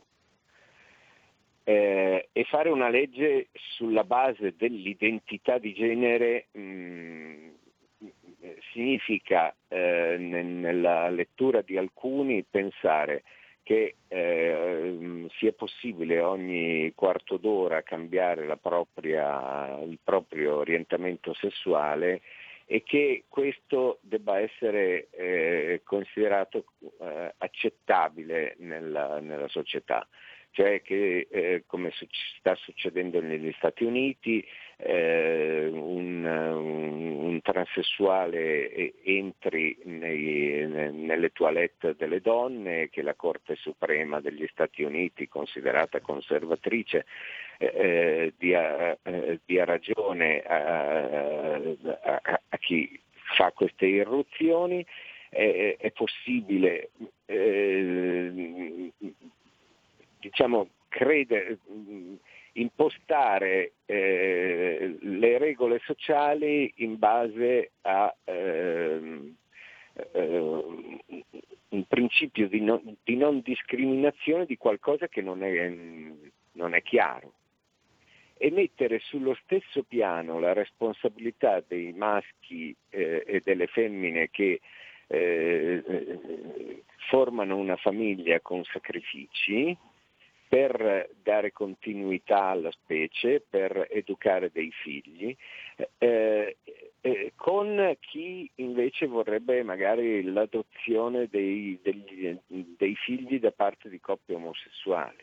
Eh, e fare una legge sulla base dell'identità di genere mh, significa eh, nella lettura di alcuni pensare che eh, sia possibile ogni quarto d'ora cambiare la propria, il proprio orientamento sessuale e che questo debba essere eh, considerato eh, accettabile nella, nella società. Cioè che eh, come sta succedendo negli Stati Uniti eh, un, un, un transessuale entri nei, nelle toilette delle donne, che la Corte Suprema degli Stati Uniti, considerata conservatrice, eh, dia, eh, dia ragione a, a, a chi fa queste irruzioni. È, è possibile eh, diciamo credere, impostare eh, le regole sociali in base a eh, eh, un principio di non, di non discriminazione di qualcosa che non è, non è chiaro, e mettere sullo stesso piano la responsabilità dei maschi eh, e delle femmine che eh, formano una famiglia con sacrifici per dare continuità alla specie, per educare dei figli, eh, eh, con chi invece vorrebbe magari l'adozione dei, degli, dei figli da parte di coppie omosessuali.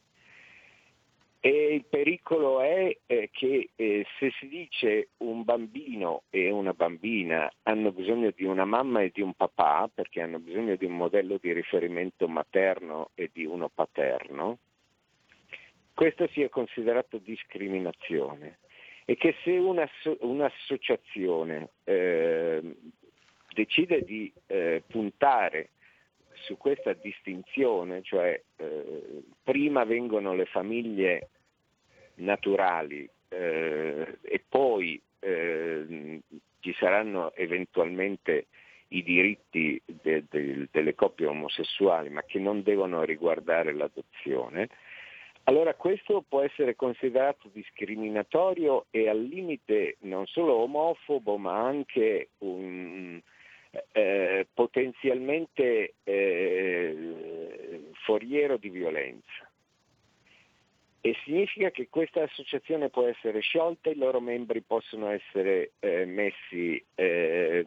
E il pericolo è eh, che eh, se si dice un bambino e una bambina hanno bisogno di una mamma e di un papà, perché hanno bisogno di un modello di riferimento materno e di uno paterno, questo sia considerato discriminazione, e che se una, un'associazione eh, decide di eh, puntare su questa distinzione, cioè eh, prima vengono le famiglie naturali eh, e poi eh, ci saranno eventualmente i diritti de, de, delle coppie omosessuali, ma che non devono riguardare l'adozione, allora questo può essere considerato discriminatorio e al limite non solo omofobo, ma anche un, eh, potenzialmente eh, foriero di violenza. e significa che questa associazione può essere sciolta, i loro membri possono essere eh, messi eh,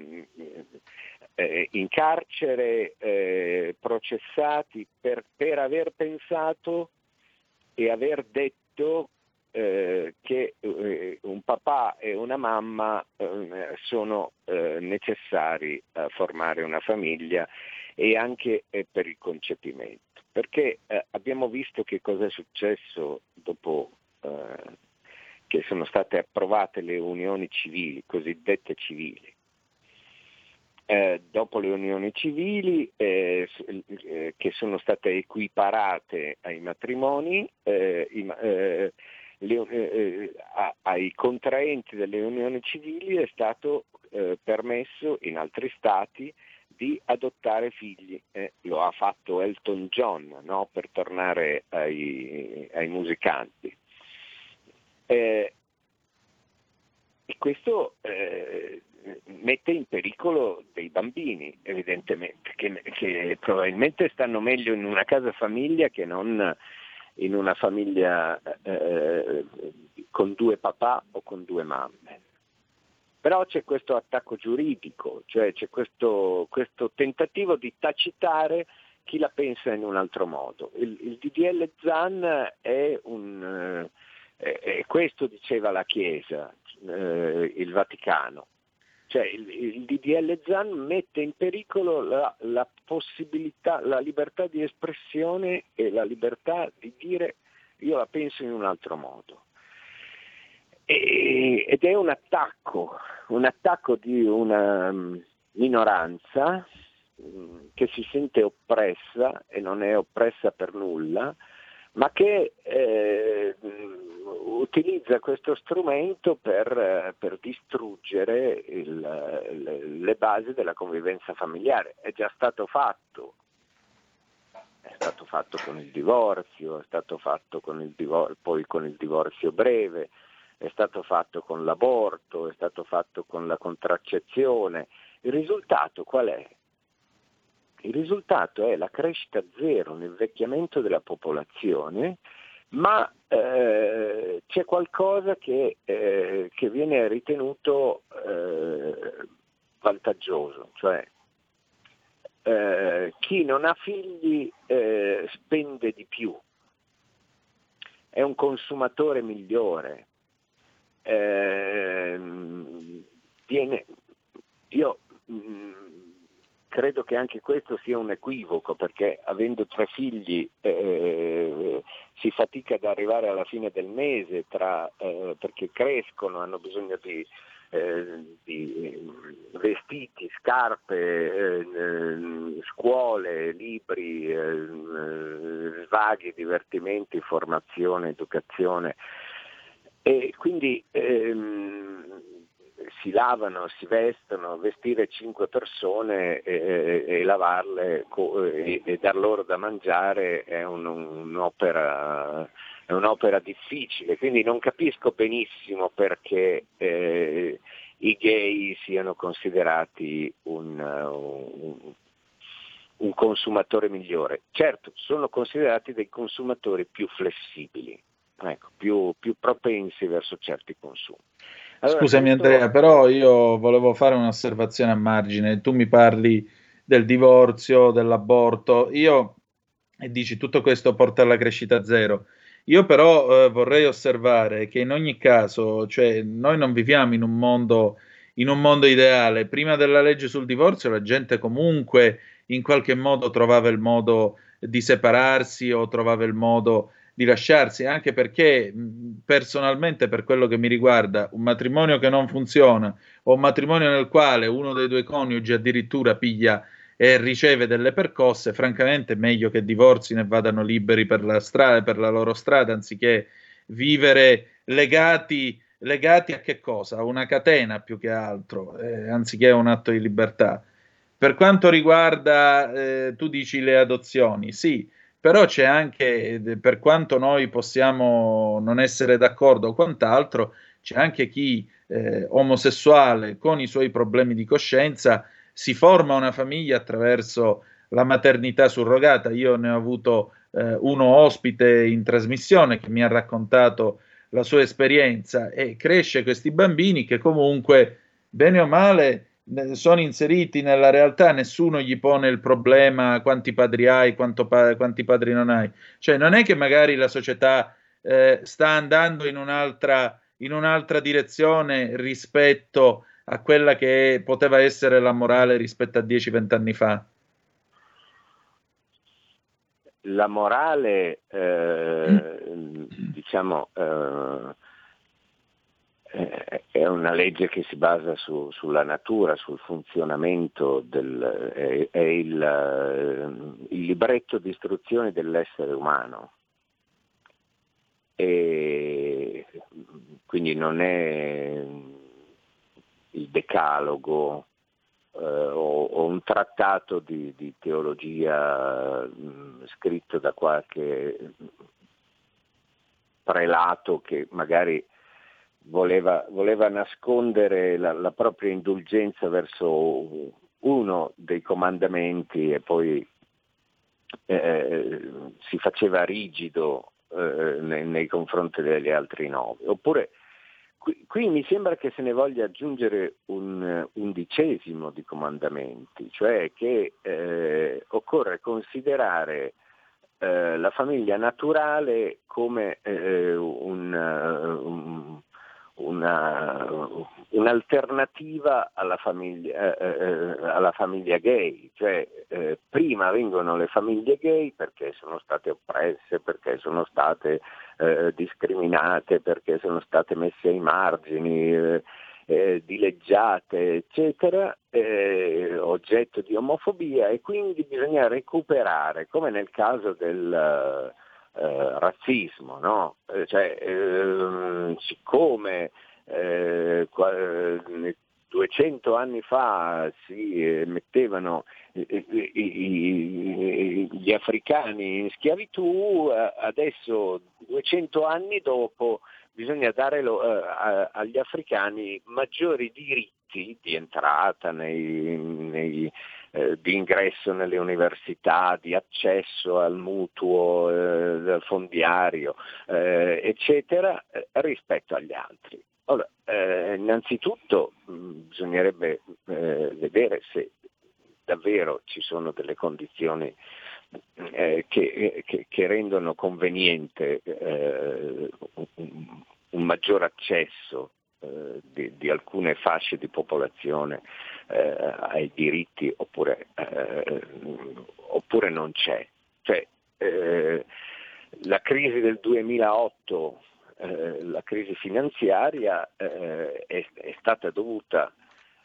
eh, in carcere, eh, processati per, per aver pensato e aver detto eh, che eh, un papà e una mamma eh, sono eh, necessari a formare una famiglia e anche eh, per il concepimento. Perché eh, abbiamo visto che cosa è successo dopo eh, che sono state approvate le unioni civili, cosiddette civili. Eh, dopo le unioni civili eh, eh, che sono state equiparate ai matrimoni, eh, i, eh, le, eh, a, ai contraenti delle unioni civili è stato eh, permesso in altri stati di adottare figli. Eh, lo ha fatto Elton John, no? Per tornare ai, ai musicanti. Eh, e questo eh, mette in pericolo dei bambini, evidentemente, che, che probabilmente stanno meglio in una casa famiglia che non in una famiglia eh, con due papà o con due mamme. Però c'è questo attacco giuridico, cioè c'è questo, questo tentativo di tacitare chi la pensa in un altro modo. Il, il D D L Zan è un, eh, è questo diceva la Chiesa, eh, il Vaticano. Cioè il, il D D L Zan mette in pericolo la, la possibilità, la libertà di espressione e la libertà di dire io la penso in un altro modo. E, ed è un attacco, un attacco di una minoranza mh, che si sente oppressa e non è oppressa per nulla, ma che eh, utilizza questo strumento per, per distruggere il, le, le basi della convivenza familiare. È già stato fatto, è stato fatto con il divorzio, è stato fatto con il divor- poi con il divorzio breve, è stato fatto con l'aborto, è stato fatto con la contraccezione. Il risultato qual è? Il risultato è la crescita zero, l'invecchiamento della popolazione, ma eh, c'è qualcosa che, eh, che viene ritenuto eh, vantaggioso, cioè eh, chi non ha figli eh, spende di più, è un consumatore migliore. Eh, viene, io mh, credo che anche questo sia un equivoco, perché avendo tre figli eh, si fatica ad arrivare alla fine del mese tra, eh, perché crescono, hanno bisogno di, eh, di vestiti, scarpe, eh, scuole, libri, eh, svaghi, divertimenti, formazione, educazione. E quindi ehm, si lavano, si vestono, vestire cinque persone e, e, e lavarle e, e dar loro da mangiare è un, un'opera, è un'opera difficile, quindi non capisco benissimo perché eh, i gay siano considerati un, un, un consumatore migliore. Certo, sono considerati dei consumatori più flessibili. Ecco, più, più propensi verso certi consumi. Allora, Scusami questo... Andrea, però io volevo fare un'osservazione a margine. Tu mi parli del divorzio, dell'aborto, io e dici tutto questo porta alla crescita zero. Io però eh, vorrei osservare che in ogni caso, cioè noi non viviamo in un mondo in un mondo ideale. Prima della legge sul divorzio la gente comunque in qualche modo trovava il modo di separarsi o trovava il modo di lasciarsi, anche perché personalmente, per quello che mi riguarda, un matrimonio che non funziona o un matrimonio nel quale uno dei due coniugi addirittura piglia e riceve delle percosse, francamente è meglio che divorzino e vadano liberi per la strada, per la loro strada, anziché vivere legati legati a che cosa? A una catena più che altro, eh, anziché a un atto di libertà. Per quanto riguarda, eh, tu dici le adozioni, sì, però c'è anche, per quanto noi possiamo non essere d'accordo o quant'altro, c'è anche chi eh, omosessuale con i suoi problemi di coscienza si forma una famiglia attraverso la maternità surrogata. Io ne ho avuto eh, uno ospite in trasmissione che mi ha raccontato la sua esperienza, e cresce questi bambini che comunque, bene o male, sono inseriti nella realtà, nessuno gli pone il problema quanti padri hai, quanto pa- quanti padri non hai. Cioè non è che magari la società eh, sta andando in un'altra, in un'altra direzione rispetto a quella che poteva essere la morale rispetto a dieci venti anni fa. La morale, eh, diciamo, eh, è una legge che si basa su, sulla natura, sul funzionamento, del, è, è il, il libretto di istruzioni dell'essere umano. E quindi non è il decalogo eh, o, o un trattato di, di teologia mh, scritto da qualche prelato che magari voleva, voleva nascondere la, la propria indulgenza verso uno dei comandamenti e poi eh, si faceva rigido eh, nei, nei confronti degli altri nove. Oppure qui, qui mi sembra che se ne voglia aggiungere un undicesimo di comandamenti, cioè che eh, occorre considerare eh, la famiglia naturale come eh, un, un Una, un'alternativa alla famiglia, eh, alla famiglia gay, cioè eh, prima vengono le famiglie gay perché sono state oppresse, perché sono state eh, discriminate, perché sono state messe ai margini, eh, eh, dileggiate, eccetera, eh, oggetto di omofobia, e quindi bisogna recuperare, come nel caso del Eh, razzismo, no? Eh, cioè, eh, siccome eh, qua, eh, duecento anni fa si eh, mettevano eh, i, i, gli africani in schiavitù, eh, adesso duecento anni dopo bisogna dare lo, eh, a, agli africani maggiori diritti di entrata nei, nei Eh, di ingresso nelle università, di accesso al mutuo, eh, al fondiario, eh, eccetera, eh, rispetto agli altri. Allora, eh, innanzitutto mh, bisognerebbe eh, vedere se davvero ci sono delle condizioni eh, che, che, che rendono conveniente eh, un, un maggior accesso eh, di, di alcune fasce di popolazione Eh, ai diritti, oppure, eh, oppure non c'è. Cioè, eh, la crisi del duemilaotto, eh, la crisi finanziaria, eh, è, è stata dovuta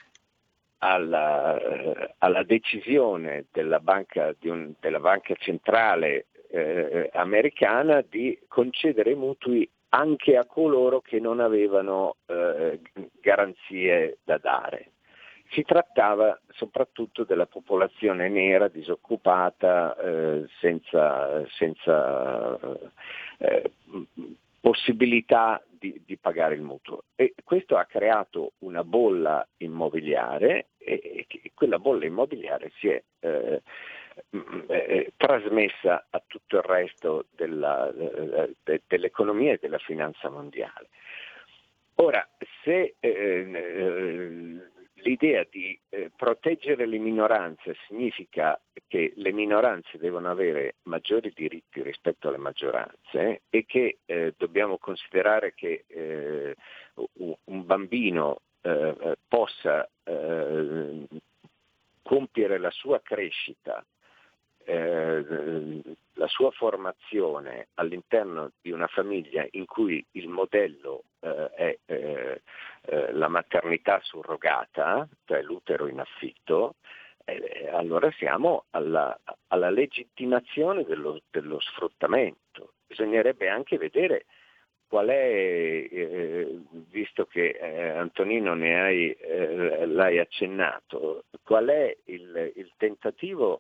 alla, eh, alla decisione della banca, di un, della banca centrale eh, americana di concedere mutui anche a coloro che non avevano eh, garanzie da dare. Si trattava soprattutto della popolazione nera, disoccupata, eh, senza, senza eh, possibilità di, di pagare il mutuo. E questo ha creato una bolla immobiliare, e, e quella bolla immobiliare si è eh, eh, trasmessa a tutto il resto della, de, dell'economia e della finanza mondiale. Ora, se eh, eh, l'idea di eh, proteggere le minoranze significa che le minoranze devono avere maggiori diritti rispetto alle maggioranze, e che eh, dobbiamo considerare che eh, un bambino eh, possa eh, compiere la sua crescita, eh, la sua formazione all'interno di una famiglia in cui il modello eh, è eh, eh, la maternità surrogata, cioè l'utero in affitto, eh, allora siamo alla, alla legittimazione dello, dello sfruttamento. Bisognerebbe anche vedere qual è, eh, visto che eh, Antonino ne hai, eh, l'hai accennato, qual è il, il tentativo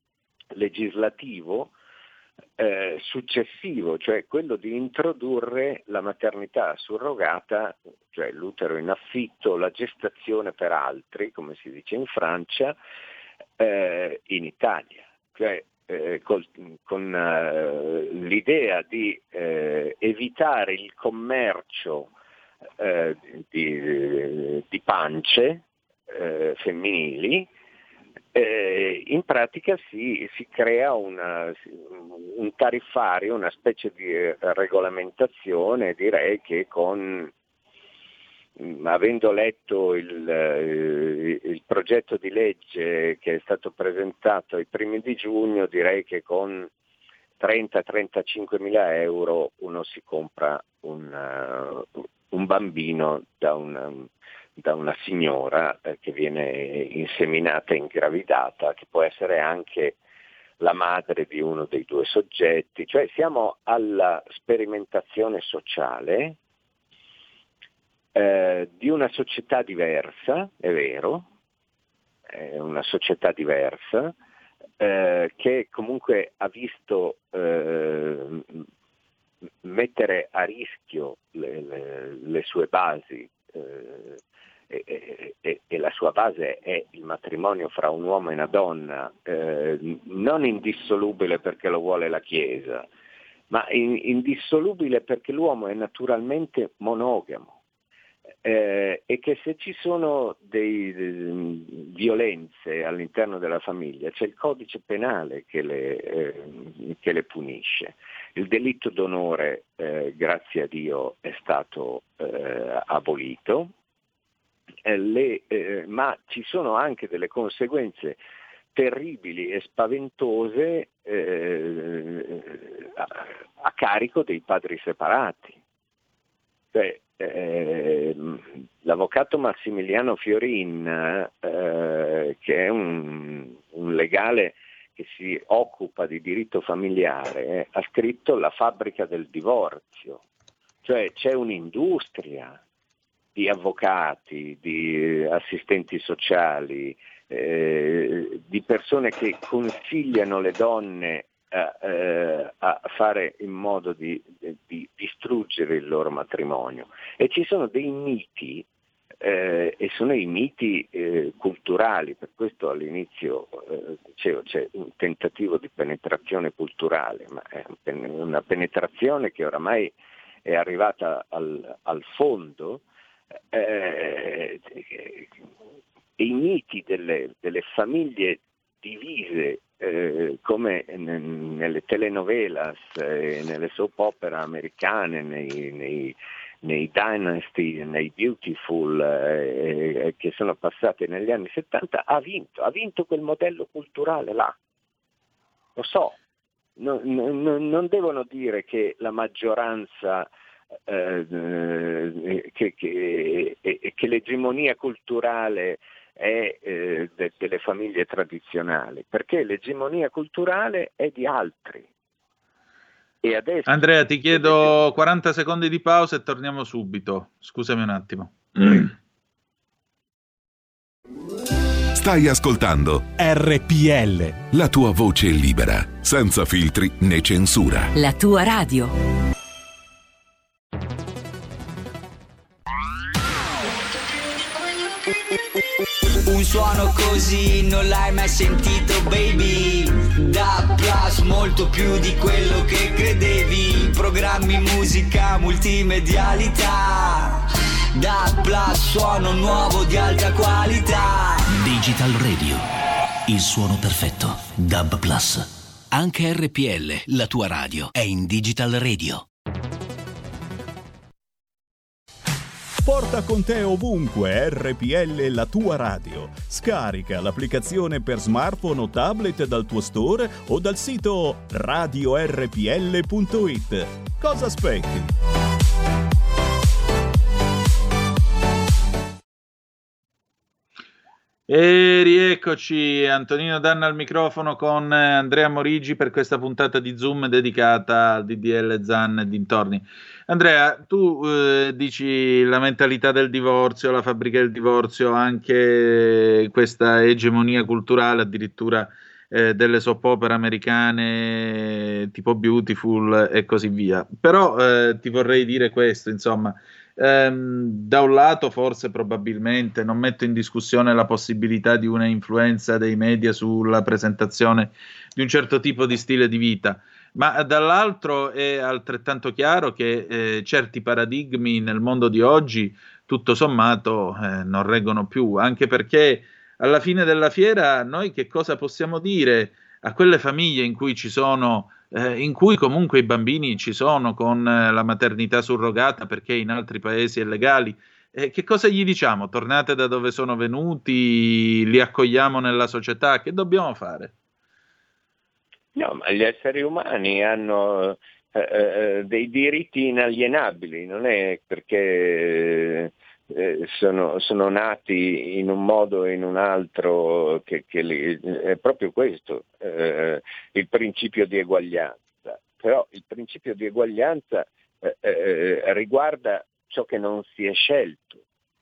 legislativo eh, successivo, cioè quello di introdurre la maternità surrogata, cioè l'utero in affitto, la gestazione per altri, come si dice in Francia, eh, in Italia. Cioè eh, col, con eh, l'idea di eh, evitare il commercio eh, di, di pance eh, femminili, eh, in pratica si, si crea una, un tariffario, una specie di regolamentazione, direi che con avendo letto il, il progetto di legge che è stato presentato ai primi di giugno, direi che con trenta trentacinque mila euro uno si compra un, uh, un bambino da una, da una signora eh, che viene inseminata e ingravidata, che può essere anche la madre di uno dei due soggetti. Cioè siamo alla sperimentazione sociale Eh, di una società diversa, è vero, è una società diversa, eh, che comunque ha visto eh, mettere a rischio le, le, le sue basi, eh, e, e, e la sua base è il matrimonio fra un uomo e una donna, eh, non indissolubile perché lo vuole la Chiesa, ma in, indissolubile perché l'uomo è naturalmente monogamo. Eh, e che se ci sono dei, dei, violenze all'interno della famiglia c'è il codice penale che le, eh, che le punisce. Il delitto d'onore, eh, grazie a Dio, è stato eh, abolito, eh, le, eh, ma ci sono anche delle conseguenze terribili e spaventose eh, a, a carico dei padri separati. Cioè, Eh, l'avvocato Massimiliano Fiorin, eh, che è un, un legale che si occupa di diritto familiare, eh, ha scritto La fabbrica del divorzio, cioè c'è un'industria di avvocati, di assistenti sociali, eh, di persone che consigliano le donne A, eh, a fare in modo di, di, di distruggere il loro matrimonio, e ci sono dei miti eh, e sono i miti eh, culturali. Per questo all'inizio eh, dicevo c'è un tentativo di penetrazione culturale, ma è una penetrazione che oramai è arrivata al, al fondo, eh, e i miti delle, delle famiglie divise Eh, come n- nelle telenovelas, eh, nelle soap opera americane, nei, nei, nei Dynasty, nei Beautiful, eh, che sono passate negli anni settanta, ha vinto, ha vinto quel modello culturale là. Lo so, no, no, non devono dire che la maggioranza, eh, eh, che, che, eh, che l'egemonia culturale è eh, de- delle famiglie tradizionali, perché l'egemonia culturale è di altri. E adesso Andrea, ti chiedo quaranta secondi di pausa e torniamo subito. Scusami un attimo. Stai ascoltando R P L, la tua voce libera, senza filtri né censura. La tua radio. Un suono così non l'hai mai sentito, baby. Da Plus, molto più di quello che credevi. Programmi, musica, multimedialità. Da Plus, suono nuovo di alta qualità. Digital Radio, il suono perfetto. Dub Plus. Anche R P L, la tua radio, è in Digital Radio. Porta con te ovunque R P L, la tua radio. Scarica l'applicazione per smartphone o tablet dal tuo store o dal sito radio r p l punto i t. Cosa aspetti? E rieccoci, Antonino Danna al microfono con Andrea Morigi per questa puntata di Zoom dedicata al D D L Zan e dintorni. Andrea, tu eh, dici la mentalità del divorzio, la fabbrica del divorzio, anche questa egemonia culturale addirittura eh, delle soap opera americane tipo Beautiful e così via. Però eh, ti vorrei dire questo, insomma, ehm, da un lato forse probabilmente non metto in discussione la possibilità di una influenza dei media sulla presentazione di un certo tipo di stile di vita, ma dall'altro è altrettanto chiaro che eh, certi paradigmi nel mondo di oggi tutto sommato eh, non reggono più, anche perché alla fine della fiera noi che cosa possiamo dire a quelle famiglie in cui ci sono eh, in cui comunque i bambini ci sono con eh, la maternità surrogata perché in altri paesi è legali? Eh, che cosa gli diciamo? Tornate da dove sono venuti, li accogliamo nella società, che dobbiamo fare? No, ma gli esseri umani hanno eh, eh, dei diritti inalienabili, non è perché eh, sono, sono nati in un modo o in un altro che, che li, è proprio questo, eh, il principio di eguaglianza. Però il principio di eguaglianza eh, eh, riguarda ciò che non si è scelto.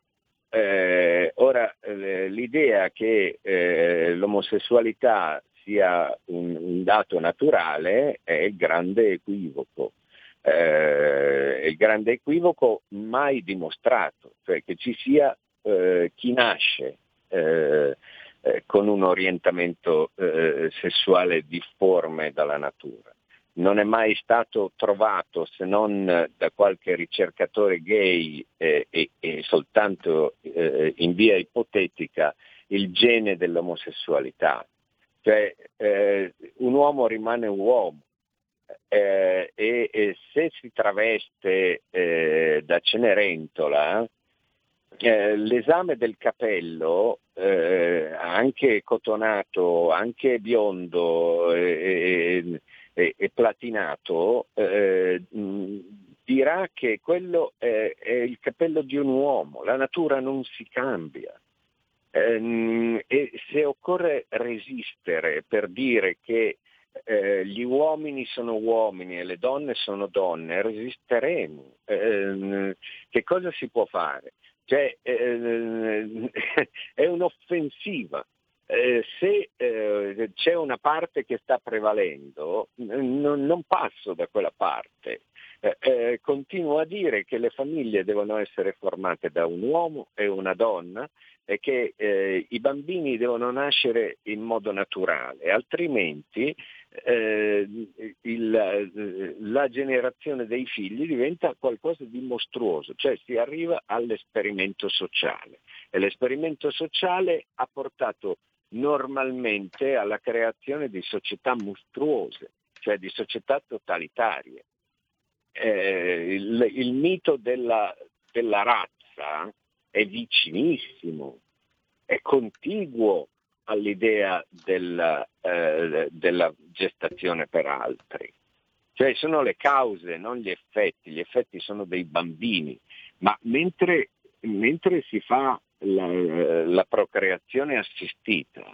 Eh, ora, eh, l'idea che eh, l'omosessualità sia un, un dato naturale è il grande equivoco, eh, è il grande equivoco mai dimostrato, cioè che ci sia eh, chi nasce eh, eh, con un orientamento eh, sessuale difforme dalla natura. Non è mai stato trovato, se non da qualche ricercatore gay eh, e, e soltanto eh, in via ipotetica, il gene dell'omosessualità. Cioè eh, un uomo rimane un uomo eh, e, e se si traveste eh, da Cenerentola, eh, l'esame del capello, eh, anche cotonato, anche biondo e, e, e platinato, eh, mh, dirà che quello è, è il capello di un uomo, la natura non si cambia. E se occorre resistere per dire che eh, gli uomini sono uomini e le donne sono donne, resisteremo. Eh, che cosa si può fare? Cioè, eh, è un'offensiva. Eh, se eh, c'è una parte che sta prevalendo, non, non passo da quella parte. Eh, eh, continuo a dire che le famiglie devono essere formate da un uomo e una donna e che eh, i bambini devono nascere in modo naturale, altrimenti eh, il, la generazione dei figli diventa qualcosa di mostruoso, cioè si arriva all'esperimento sociale e l'esperimento sociale ha portato normalmente alla creazione di società mostruose, cioè di società totalitarie. Eh, il, il mito della, della razza è vicinissimo, è contiguo all'idea della, eh, della gestazione per altri. Cioè sono le cause, non gli effetti. Gli effetti sono dei bambini, ma mentre, mentre si fa la, la procreazione assistita,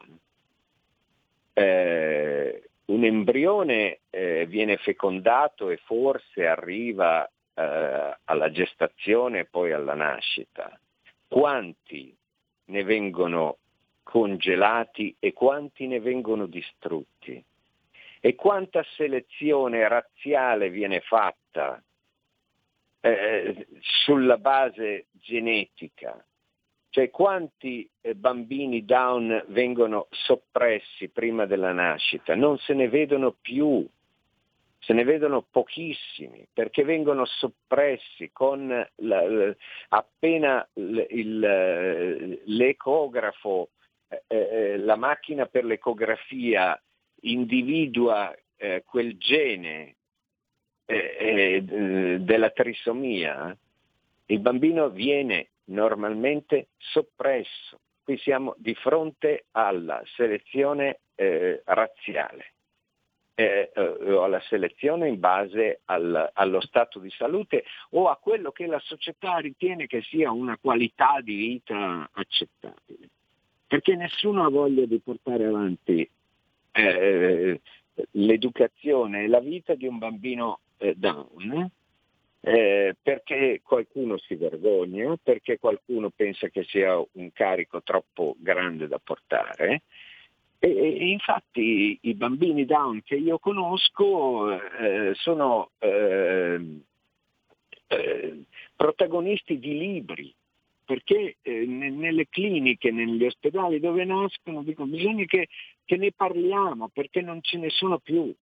eh, un embrione eh, viene fecondato e forse arriva eh, alla gestazione e poi alla nascita. Quanti ne vengono congelati e quanti ne vengono distrutti? E quanta selezione razziale viene fatta eh, sulla base genetica? Cioè quanti eh, bambini Down vengono soppressi prima della nascita? Non se ne vedono più, se ne vedono pochissimi, perché vengono soppressi con la, la, appena il, il, l'ecografo, eh, la macchina per l'ecografia individua eh, quel gene eh, eh, della trisomia, il bambino viene normalmente soppresso. Qui siamo di fronte alla selezione eh, razziale. Eh, o alla selezione in base al, allo stato di salute o a quello che la società ritiene che sia una qualità di vita accettabile, perché nessuno ha voglia di portare avanti eh, l'educazione e la vita di un bambino eh, Down eh, perché qualcuno si vergogna, perché qualcuno pensa che sia un carico troppo grande da portare. E, e infatti i bambini Down che io conosco eh, sono eh, eh, protagonisti di libri, perché eh, ne, nelle cliniche, negli ospedali dove nascono, dico, bisogna che, che ne parliamo, perché non ce ne sono più.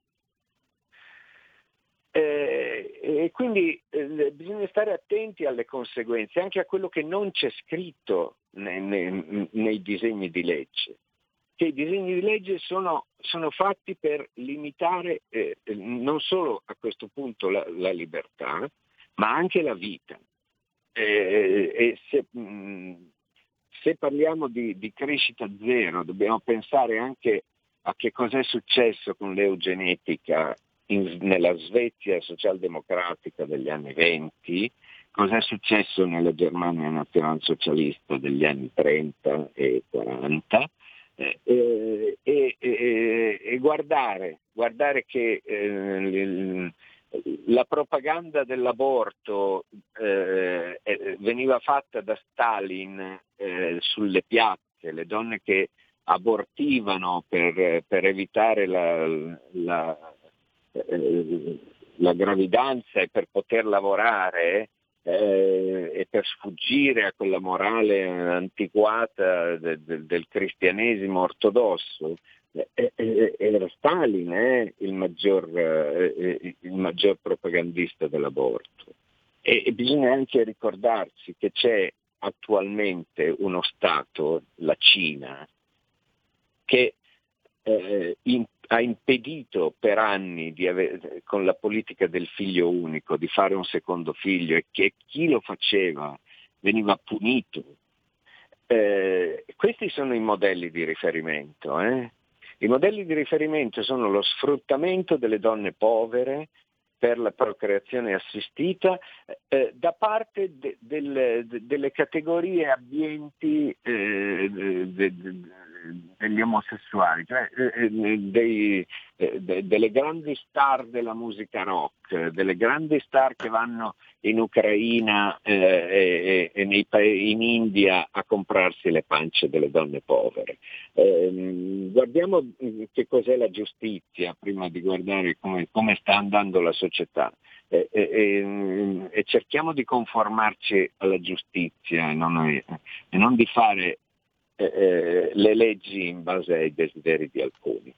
Eh, e quindi eh, bisogna stare attenti alle conseguenze, anche a quello che non c'è scritto nei, nei, nei disegni di legge, che i disegni di legge sono, sono fatti per limitare eh, non solo a questo punto la, la libertà, ma anche la vita. Eh, e se, mh, se parliamo di, di crescita zero, dobbiamo pensare anche a che cos'è successo con l'eugenetica in, nella Svezia socialdemocratica degli anni venti, cos'è successo nella Germania nazionalsocialista degli anni trenta e quaranta, eh, eh, e, e, e guardare, guardare che eh, il, la propaganda dell'aborto eh, veniva fatta da Stalin eh, sulle piazze, le donne che abortivano per, per evitare la, la, eh, la gravidanza e per poter lavorare eh, e per sfuggire a quella morale antiquata de, de, del cristianesimo ortodosso. Era Stalin eh, il, maggior, eh, il maggior propagandista dell'aborto, e, e bisogna anche ricordarsi che c'è attualmente uno Stato, la Cina, che eh, in, ha impedito per anni di avere, con la politica del figlio unico, di fare un secondo figlio, e che chi lo faceva veniva punito. Eh, questi sono i modelli di riferimento. Eh? I modelli di riferimento sono lo sfruttamento delle donne povere per la procreazione assistita eh, da parte de, del, de, delle categorie abbienti eh, de, de, de, degli omosessuali, cioè eh, dei, eh, de, delle grandi star della musica rock, delle grandi star che vanno in Ucraina eh, e, e nei pa- in India a comprarsi le pance delle donne povere. Eh, guardiamo che cos'è la giustizia prima di guardare come, come sta andando la società e, e, e, e cerchiamo di conformarci alla giustizia e non, e non di fare eh, le leggi in base ai desideri di alcuni.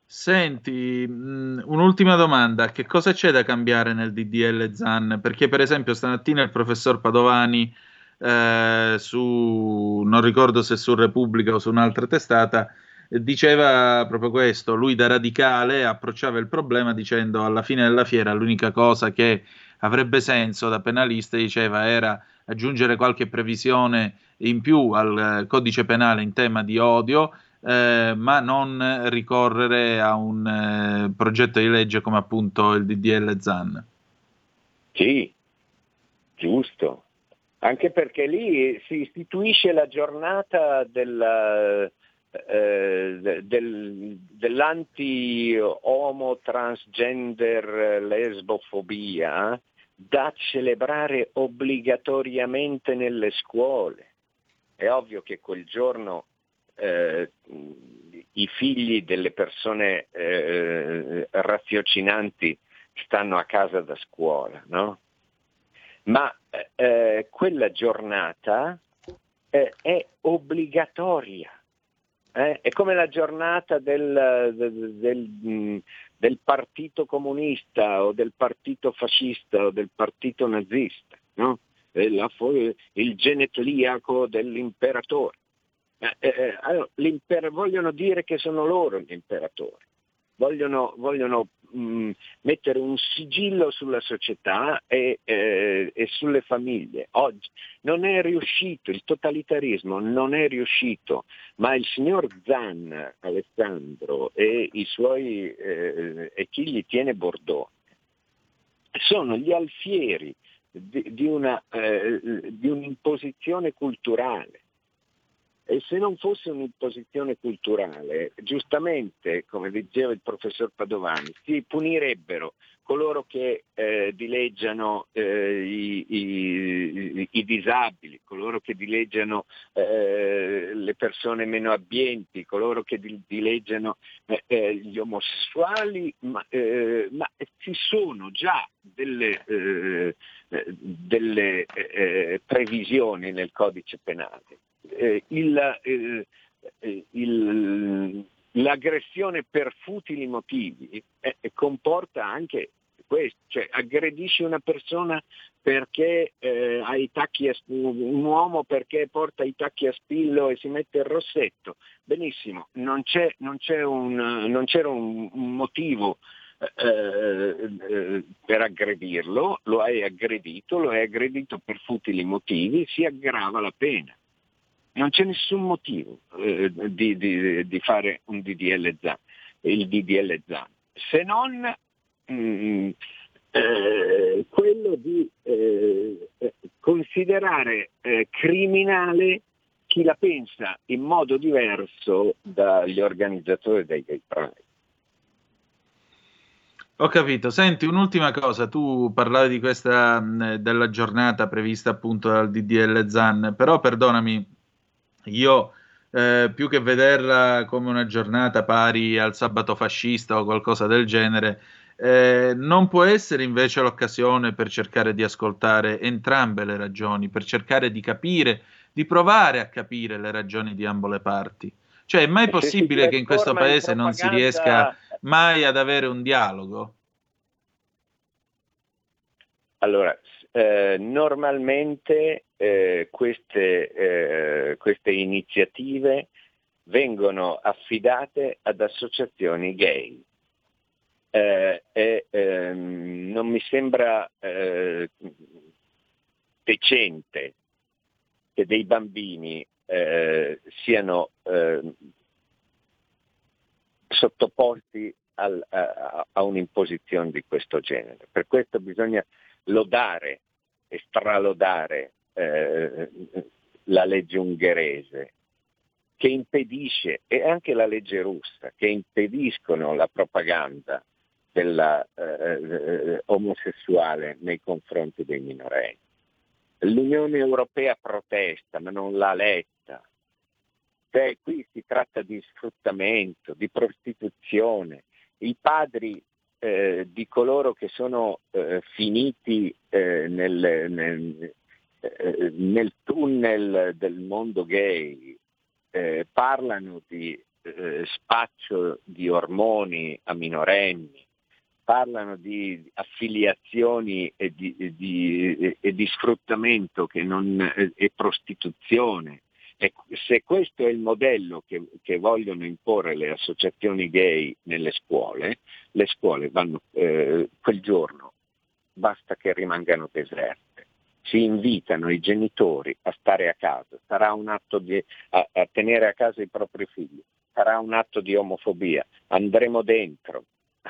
Senti, mh, un'ultima domanda, che cosa c'è da cambiare nel D D L Zan? Perché per esempio stamattina il professor Padovani eh, su, non ricordo se su Repubblica o su un'altra testata, eh, diceva proprio questo, lui da radicale approcciava il problema dicendo alla fine della fiera l'unica cosa che avrebbe senso da penalista, diceva, era aggiungere qualche previsione in più al eh, codice penale in tema di odio, Eh, ma non ricorrere a un eh, progetto di legge come appunto il D D L Zan. Sì, giusto, anche perché lì si istituisce la giornata del, eh, del, dell'anti-homo, transgender, lesbofobia da celebrare obbligatoriamente nelle scuole. È ovvio che quel giorno Eh, i figli delle persone eh, raziocinanti stanno a casa da scuola, no? Ma eh, quella giornata eh, è obbligatoria. Eh? È come la giornata del, del, del, del partito comunista o del partito fascista o del partito nazista, no? La, il genetliaco dell'imperatore. Eh, eh, allora, vogliono dire che sono loro gli imperatori, vogliono, vogliono mh, mettere un sigillo sulla società e, eh, e sulle famiglie. Oggi non è riuscito, il totalitarismo non è riuscito, ma il signor Zan, Alessandro, e i suoi eh, e chi gli tiene bordone sono gli alfieri di, di, una, eh, di un'imposizione culturale. E se non fosse un'imposizione culturale, giustamente, come diceva il professor Padovani, si punirebbero coloro che eh, dileggiano eh, i, i, i disabili, coloro che dileggiano eh, le persone meno abbienti, coloro che dileggiano eh, eh, gli omosessuali, ma, eh, ma ci sono già delle, eh, delle eh, previsioni nel codice penale. Eh, il, eh, il, l'aggressione per futili motivi eh, comporta anche questo, cioè aggredisci una persona perché eh, ha i tacchi a, un uomo perché porta i tacchi a spillo e si mette il rossetto, benissimo, non c'è, non c'è un, non c'era un, un motivo eh, eh, per aggredirlo, lo hai aggredito, lo hai aggredito per futili motivi, si aggrava la pena. Non c'è nessun motivo eh, di, di, di fare un D D L Zan, il D D L Zan, se non Mm, eh, quello di eh, considerare eh, criminale chi la pensa in modo diverso dagli organizzatori dei Gay Pride. Ho capito. Senti, un'ultima cosa, tu parlavi di questa della giornata prevista appunto dal D D L Zan, però perdonami, io eh, più che vederla come una giornata pari al sabato fascista o qualcosa del genere, Eh, non può essere invece l'occasione per cercare di ascoltare entrambe le ragioni, per cercare di capire, di provare a capire le ragioni di ambo le parti. Cioè, è mai possibile che in questo paese non si riesca mai ad avere un dialogo? Allora, eh, normalmente eh, queste, eh, queste iniziative vengono affidate ad associazioni gay. Eh, e ehm, non mi sembra eh, decente che dei bambini eh, siano eh, sottoposti al, a, a un'imposizione di questo genere. Per questo bisogna lodare e stralodare eh, la legge ungherese, che impedisce, e anche la legge russa, che impediscono la propaganda della eh, omosessuale nei confronti dei minorenni. L'Unione Europea protesta, ma non l'ha letta. Cioè, qui si tratta di sfruttamento, di prostituzione. I padri eh, di coloro che sono eh, finiti eh, nel, nel, eh, nel tunnel del mondo gay eh, parlano di eh, spaccio di ormoni a minorenni, parlano di affiliazioni e di, e di, e di sfruttamento che non, e prostituzione. E se questo è il modello che, che vogliono imporre le associazioni gay nelle scuole, le scuole vanno eh, quel giorno basta che rimangano deserte. Si invitano i genitori a stare a casa, sarà un atto di a, a tenere a casa i propri figli, sarà un atto di omofobia, andremo dentro.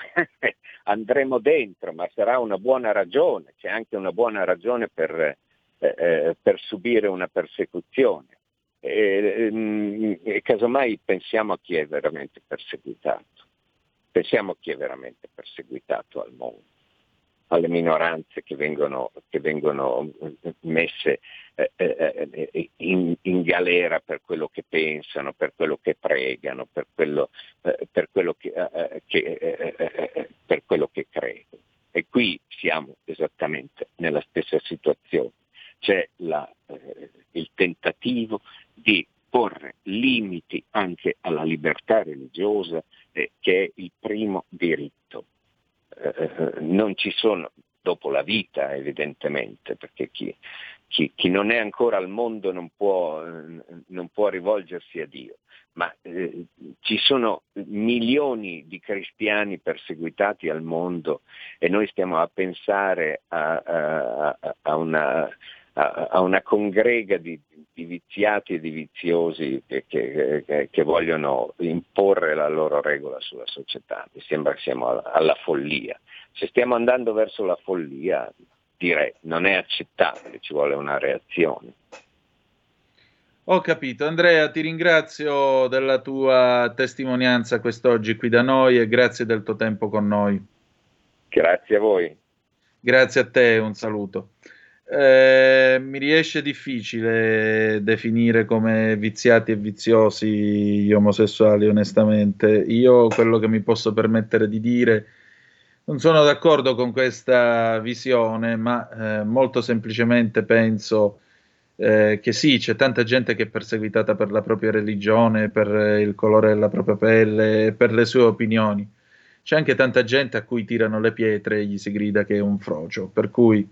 andremo dentro, ma sarà una buona ragione, c'è anche una buona ragione per, eh, per subire una persecuzione. E, e, e casomai pensiamo a chi è veramente perseguitato, pensiamo a chi è veramente perseguitato al mondo, alle minoranze che vengono, che vengono messe eh, eh, in, in galera per quello che pensano, per quello che pregano, per quello, eh, per quello che, eh, che, eh, eh, per quello che credono. E qui siamo esattamente nella stessa situazione. C'è la, eh, il tentativo di porre limiti anche alla libertà religiosa, eh, che è il primo diritto. Eh, non ci sono, dopo la vita evidentemente, perché chi, chi, chi non è ancora al mondo non può, non può rivolgersi a Dio, ma eh, ci sono milioni di cristiani perseguitati al mondo e noi stiamo a pensare a, a, a, una, a, a una congrega di, di viziati e di viziosi che, che, che vogliono imporre la loro regola sulla società. Mi sembra che siamo alla, alla follia. Se stiamo andando verso la follia, direi non è accettabile, ci vuole una reazione. Ho capito. Andrea, ti ringrazio della tua testimonianza quest'oggi qui da noi e grazie del tuo tempo con noi. Grazie a voi. Grazie a te, un saluto. Eh, mi riesce difficile definire come viziati e viziosi gli omosessuali, onestamente. Io quello che mi posso permettere di dire, non sono d'accordo con questa visione, ma eh, molto semplicemente penso eh, che sì, c'è tanta gente che è perseguitata per la propria religione, per il colore della propria pelle, per le sue opinioni. C'è anche tanta gente a cui tirano le pietre e gli si grida che è un frocio, per cui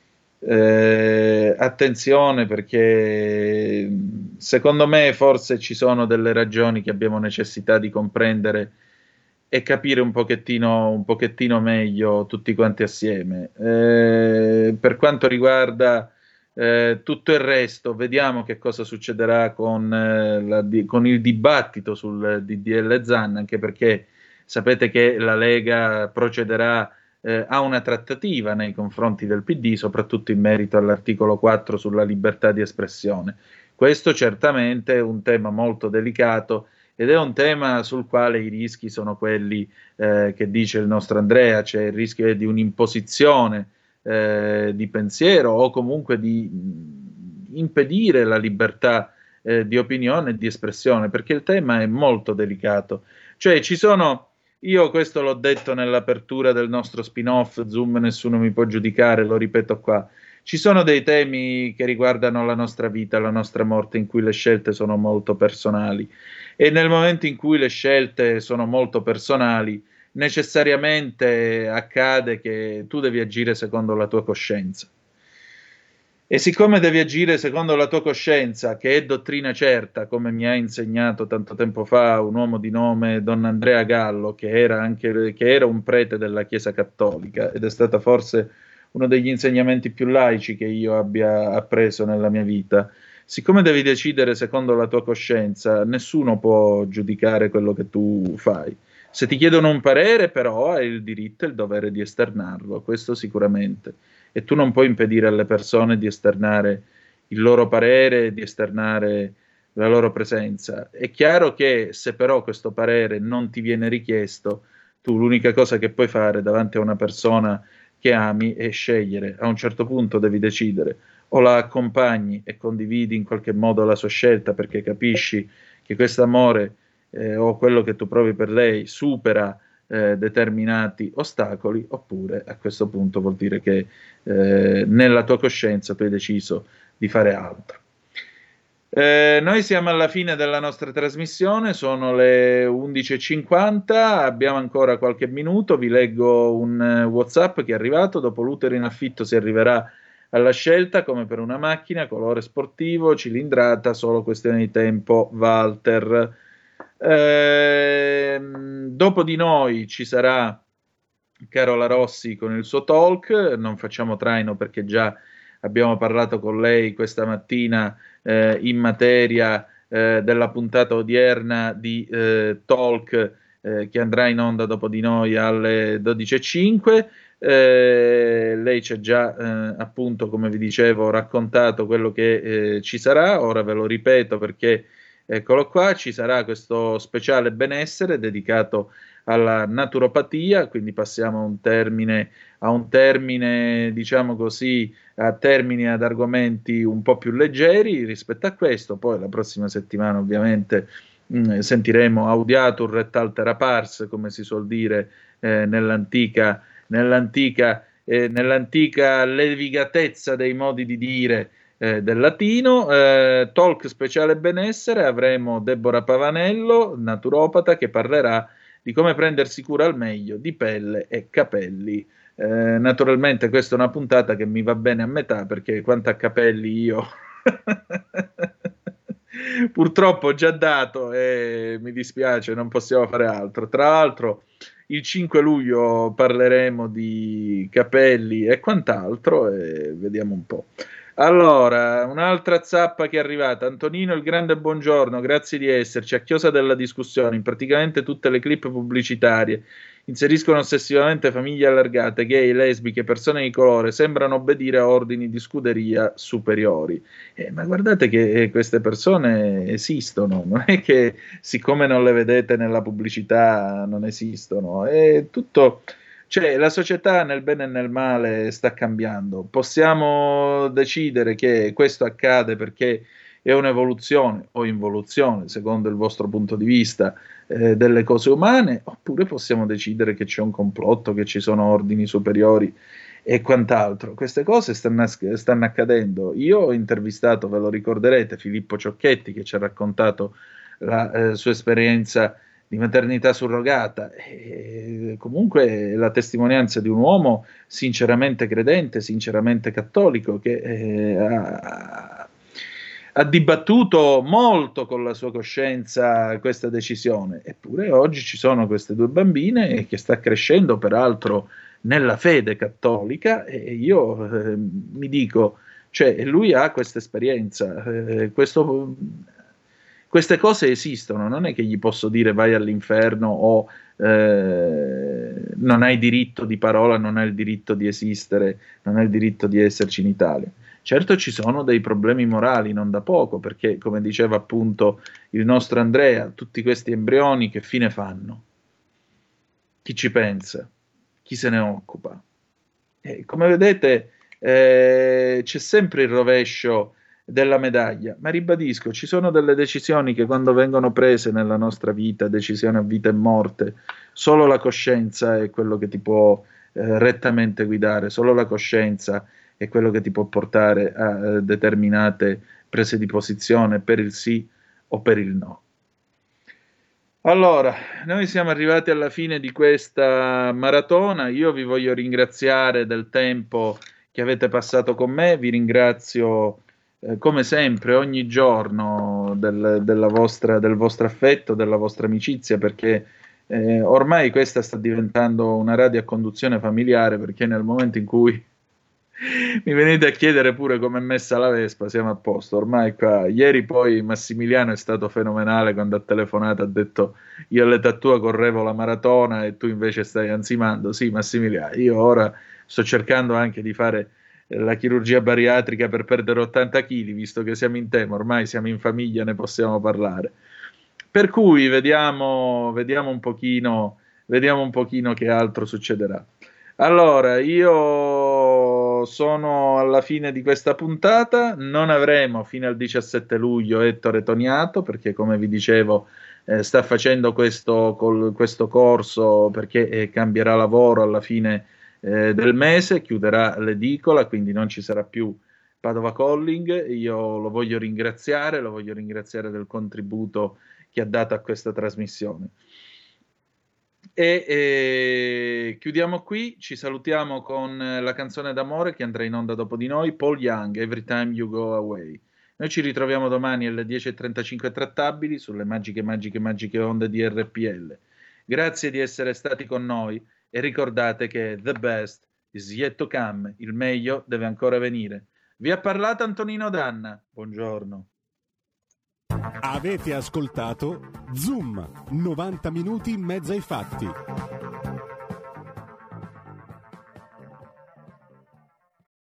Eh, attenzione, perché secondo me forse ci sono delle ragioni che abbiamo necessità di comprendere e capire un pochettino, un pochettino meglio tutti quanti assieme. Eh, per quanto riguarda eh, tutto il resto, vediamo che cosa succederà con, eh, la, con il dibattito sul D D L Zan, anche perché sapete che la Lega procederà Eh, ha una trattativa nei confronti del P D, soprattutto in merito all'articolo quattro sulla libertà di espressione. Questo certamente è un tema molto delicato ed è un tema sul quale i rischi sono quelli eh, che dice il nostro Andrea, c'è il rischio di un'imposizione eh, di pensiero o comunque di impedire la libertà eh, di opinione e di espressione, perché il tema è molto delicato. Cioè ci sono Io questo l'ho detto nell'apertura del nostro spin-off Zoom, nessuno mi può giudicare, lo ripeto qua. Ci sono dei temi che riguardano la nostra vita, la nostra morte, in cui le scelte sono molto personali. E nel momento in cui le scelte sono molto personali, necessariamente accade che tu devi agire secondo la tua coscienza. E siccome devi agire secondo la tua coscienza, che è dottrina certa, come mi ha insegnato tanto tempo fa un uomo di nome Don Andrea Gallo, che era anche che era un prete della Chiesa Cattolica, ed è stata forse uno degli insegnamenti più laici che io abbia appreso nella mia vita. Siccome devi decidere secondo la tua coscienza, nessuno può giudicare quello che tu fai. Se ti chiedono un parere, però, hai il diritto e il dovere di esternarlo, questo sicuramente. E tu non puoi impedire alle persone di esternare il loro parere, di esternare la loro presenza. È chiaro che se però questo parere non ti viene richiesto, tu l'unica cosa che puoi fare davanti a una persona che ami è scegliere. A un certo punto devi decidere: o la accompagni e condividi in qualche modo la sua scelta, perché capisci che questo amore eh, o quello che tu provi per lei supera Eh, determinati ostacoli, oppure a questo punto vuol dire che eh, nella tua coscienza tu hai deciso di fare altro. Eh, noi siamo alla fine della nostra trasmissione, sono le undici e cinquanta, abbiamo ancora qualche minuto, vi leggo un uh, WhatsApp che è arrivato: dopo l'utero in affitto si arriverà alla scelta come per una macchina, colore sportivo, cilindrata, solo questione di tempo, Walter. Eh, dopo di noi ci sarà Carola Rossi con il suo talk, non facciamo traino perché già abbiamo parlato con lei questa mattina eh, in materia eh, della puntata odierna di eh, talk eh, che andrà in onda dopo di noi alle dodici e cinque. Eh, lei ci ha già eh, appunto, come vi dicevo, raccontato quello che eh, ci sarà. Ora ve lo ripeto perché eccolo qua: ci sarà questo speciale benessere dedicato alla naturopatia, quindi passiamo a un termine, a un termine, diciamo così, a termini ad argomenti un po' più leggeri rispetto a questo. Poi la prossima settimana ovviamente mh, sentiremo audiatur et altera pars, come si suol dire eh, nell'antica, nell'antica, eh, nell'antica levigatezza dei modi di dire Eh, del latino. Eh, talk speciale benessere, avremo Deborah Pavanello, naturopata, che parlerà di come prendersi cura al meglio di pelle e capelli. Eh, naturalmente questa è una puntata che mi va bene a metà, perché quanto a capelli io purtroppo ho già dato e mi dispiace, non possiamo fare altro. Tra l'altro il cinque luglio parleremo di capelli e quant'altro e vediamo un po'. Allora, un'altra zappa che è arrivata: Antonino il grande buongiorno, grazie di esserci. A chiosa della discussione, in praticamente tutte le clip pubblicitarie inseriscono ossessivamente famiglie allargate, gay, lesbiche, persone di colore, sembrano obbedire a ordini di scuderia superiori. Eh, ma guardate che eh, queste persone esistono, non è che siccome non le vedete nella pubblicità non esistono, è tutto Cioè, la società nel bene e nel male sta cambiando. Possiamo decidere che questo accade perché è un'evoluzione o involuzione, secondo il vostro punto di vista, eh, delle cose umane, oppure possiamo decidere che c'è un complotto, che ci sono ordini superiori e quant'altro. Queste cose stanno, stanno accadendo. Io ho intervistato, ve lo ricorderete, Filippo Ciocchetti, che ci ha raccontato la eh, sua esperienza di maternità surrogata, e comunque la testimonianza di un uomo sinceramente credente, sinceramente cattolico, che eh, ha, ha dibattuto molto con la sua coscienza questa decisione, eppure oggi ci sono queste due bambine che sta crescendo peraltro nella fede cattolica, e io eh, mi dico, cioè lui ha questa esperienza, eh, questo queste cose esistono, non è che gli posso dire vai all'inferno o eh, non hai diritto di parola, non hai il diritto di esistere, non hai il diritto di esserci in Italia. Certo ci sono dei problemi morali non da poco, perché come diceva appunto il nostro Andrea, tutti questi embrioni che fine fanno? Chi ci pensa? Chi se ne occupa? E come vedete eh, c'è sempre il rovescio della medaglia, ma ribadisco, ci sono delle decisioni che quando vengono prese nella nostra vita, decisioni a vita e morte, solo la coscienza è quello che ti può eh, rettamente guidare, solo la coscienza è quello che ti può portare a eh, determinate prese di posizione per il sì o per il no. Allora, noi siamo arrivati alla fine di questa maratona, io vi voglio ringraziare del tempo che avete passato con me, vi ringrazio Eh, come sempre, ogni giorno del, della vostra, del vostro affetto, della vostra amicizia, perché eh, ormai questa sta diventando una radio a conduzione familiare, perché nel momento in cui mi venite a chiedere pure come è messa la Vespa, siamo a posto. Ormai qua, ieri poi Massimiliano è stato fenomenale quando ha telefonato, ha detto io all'età tua correvo la maratona e tu invece stai ansimando. Sì, Massimiliano, io ora sto cercando anche di fare la chirurgia bariatrica per perdere ottanta chili, visto che siamo in tema, ormai siamo in famiglia, ne possiamo parlare. Per cui vediamo, vediamo un pochino, vediamo un pochino che altro succederà. Allora, io sono alla fine di questa puntata, non avremo fino al diciassette luglio Ettore Toniato, perché come vi dicevo eh, sta facendo questo, col, questo corso perché eh, cambierà lavoro alla fine Eh, del mese, chiuderà l'edicola, quindi non ci sarà più Padova Calling. Io lo voglio ringraziare, lo voglio ringraziare del contributo che ha dato a questa trasmissione. E eh, chiudiamo qui, ci salutiamo con la canzone d'amore che andrà in onda dopo di noi, Paul Young, Every Time You Go Away. Noi ci ritroviamo domani alle dieci e trentacinque trattabili sulle magiche, magiche, magiche onde di R P L. Grazie di essere stati con noi. E ricordate che the best is yet to come, il meglio deve ancora venire. Vi ha parlato Antonino Danna, buongiorno. Avete ascoltato Zoom, novanta minuti in mezzo ai fatti.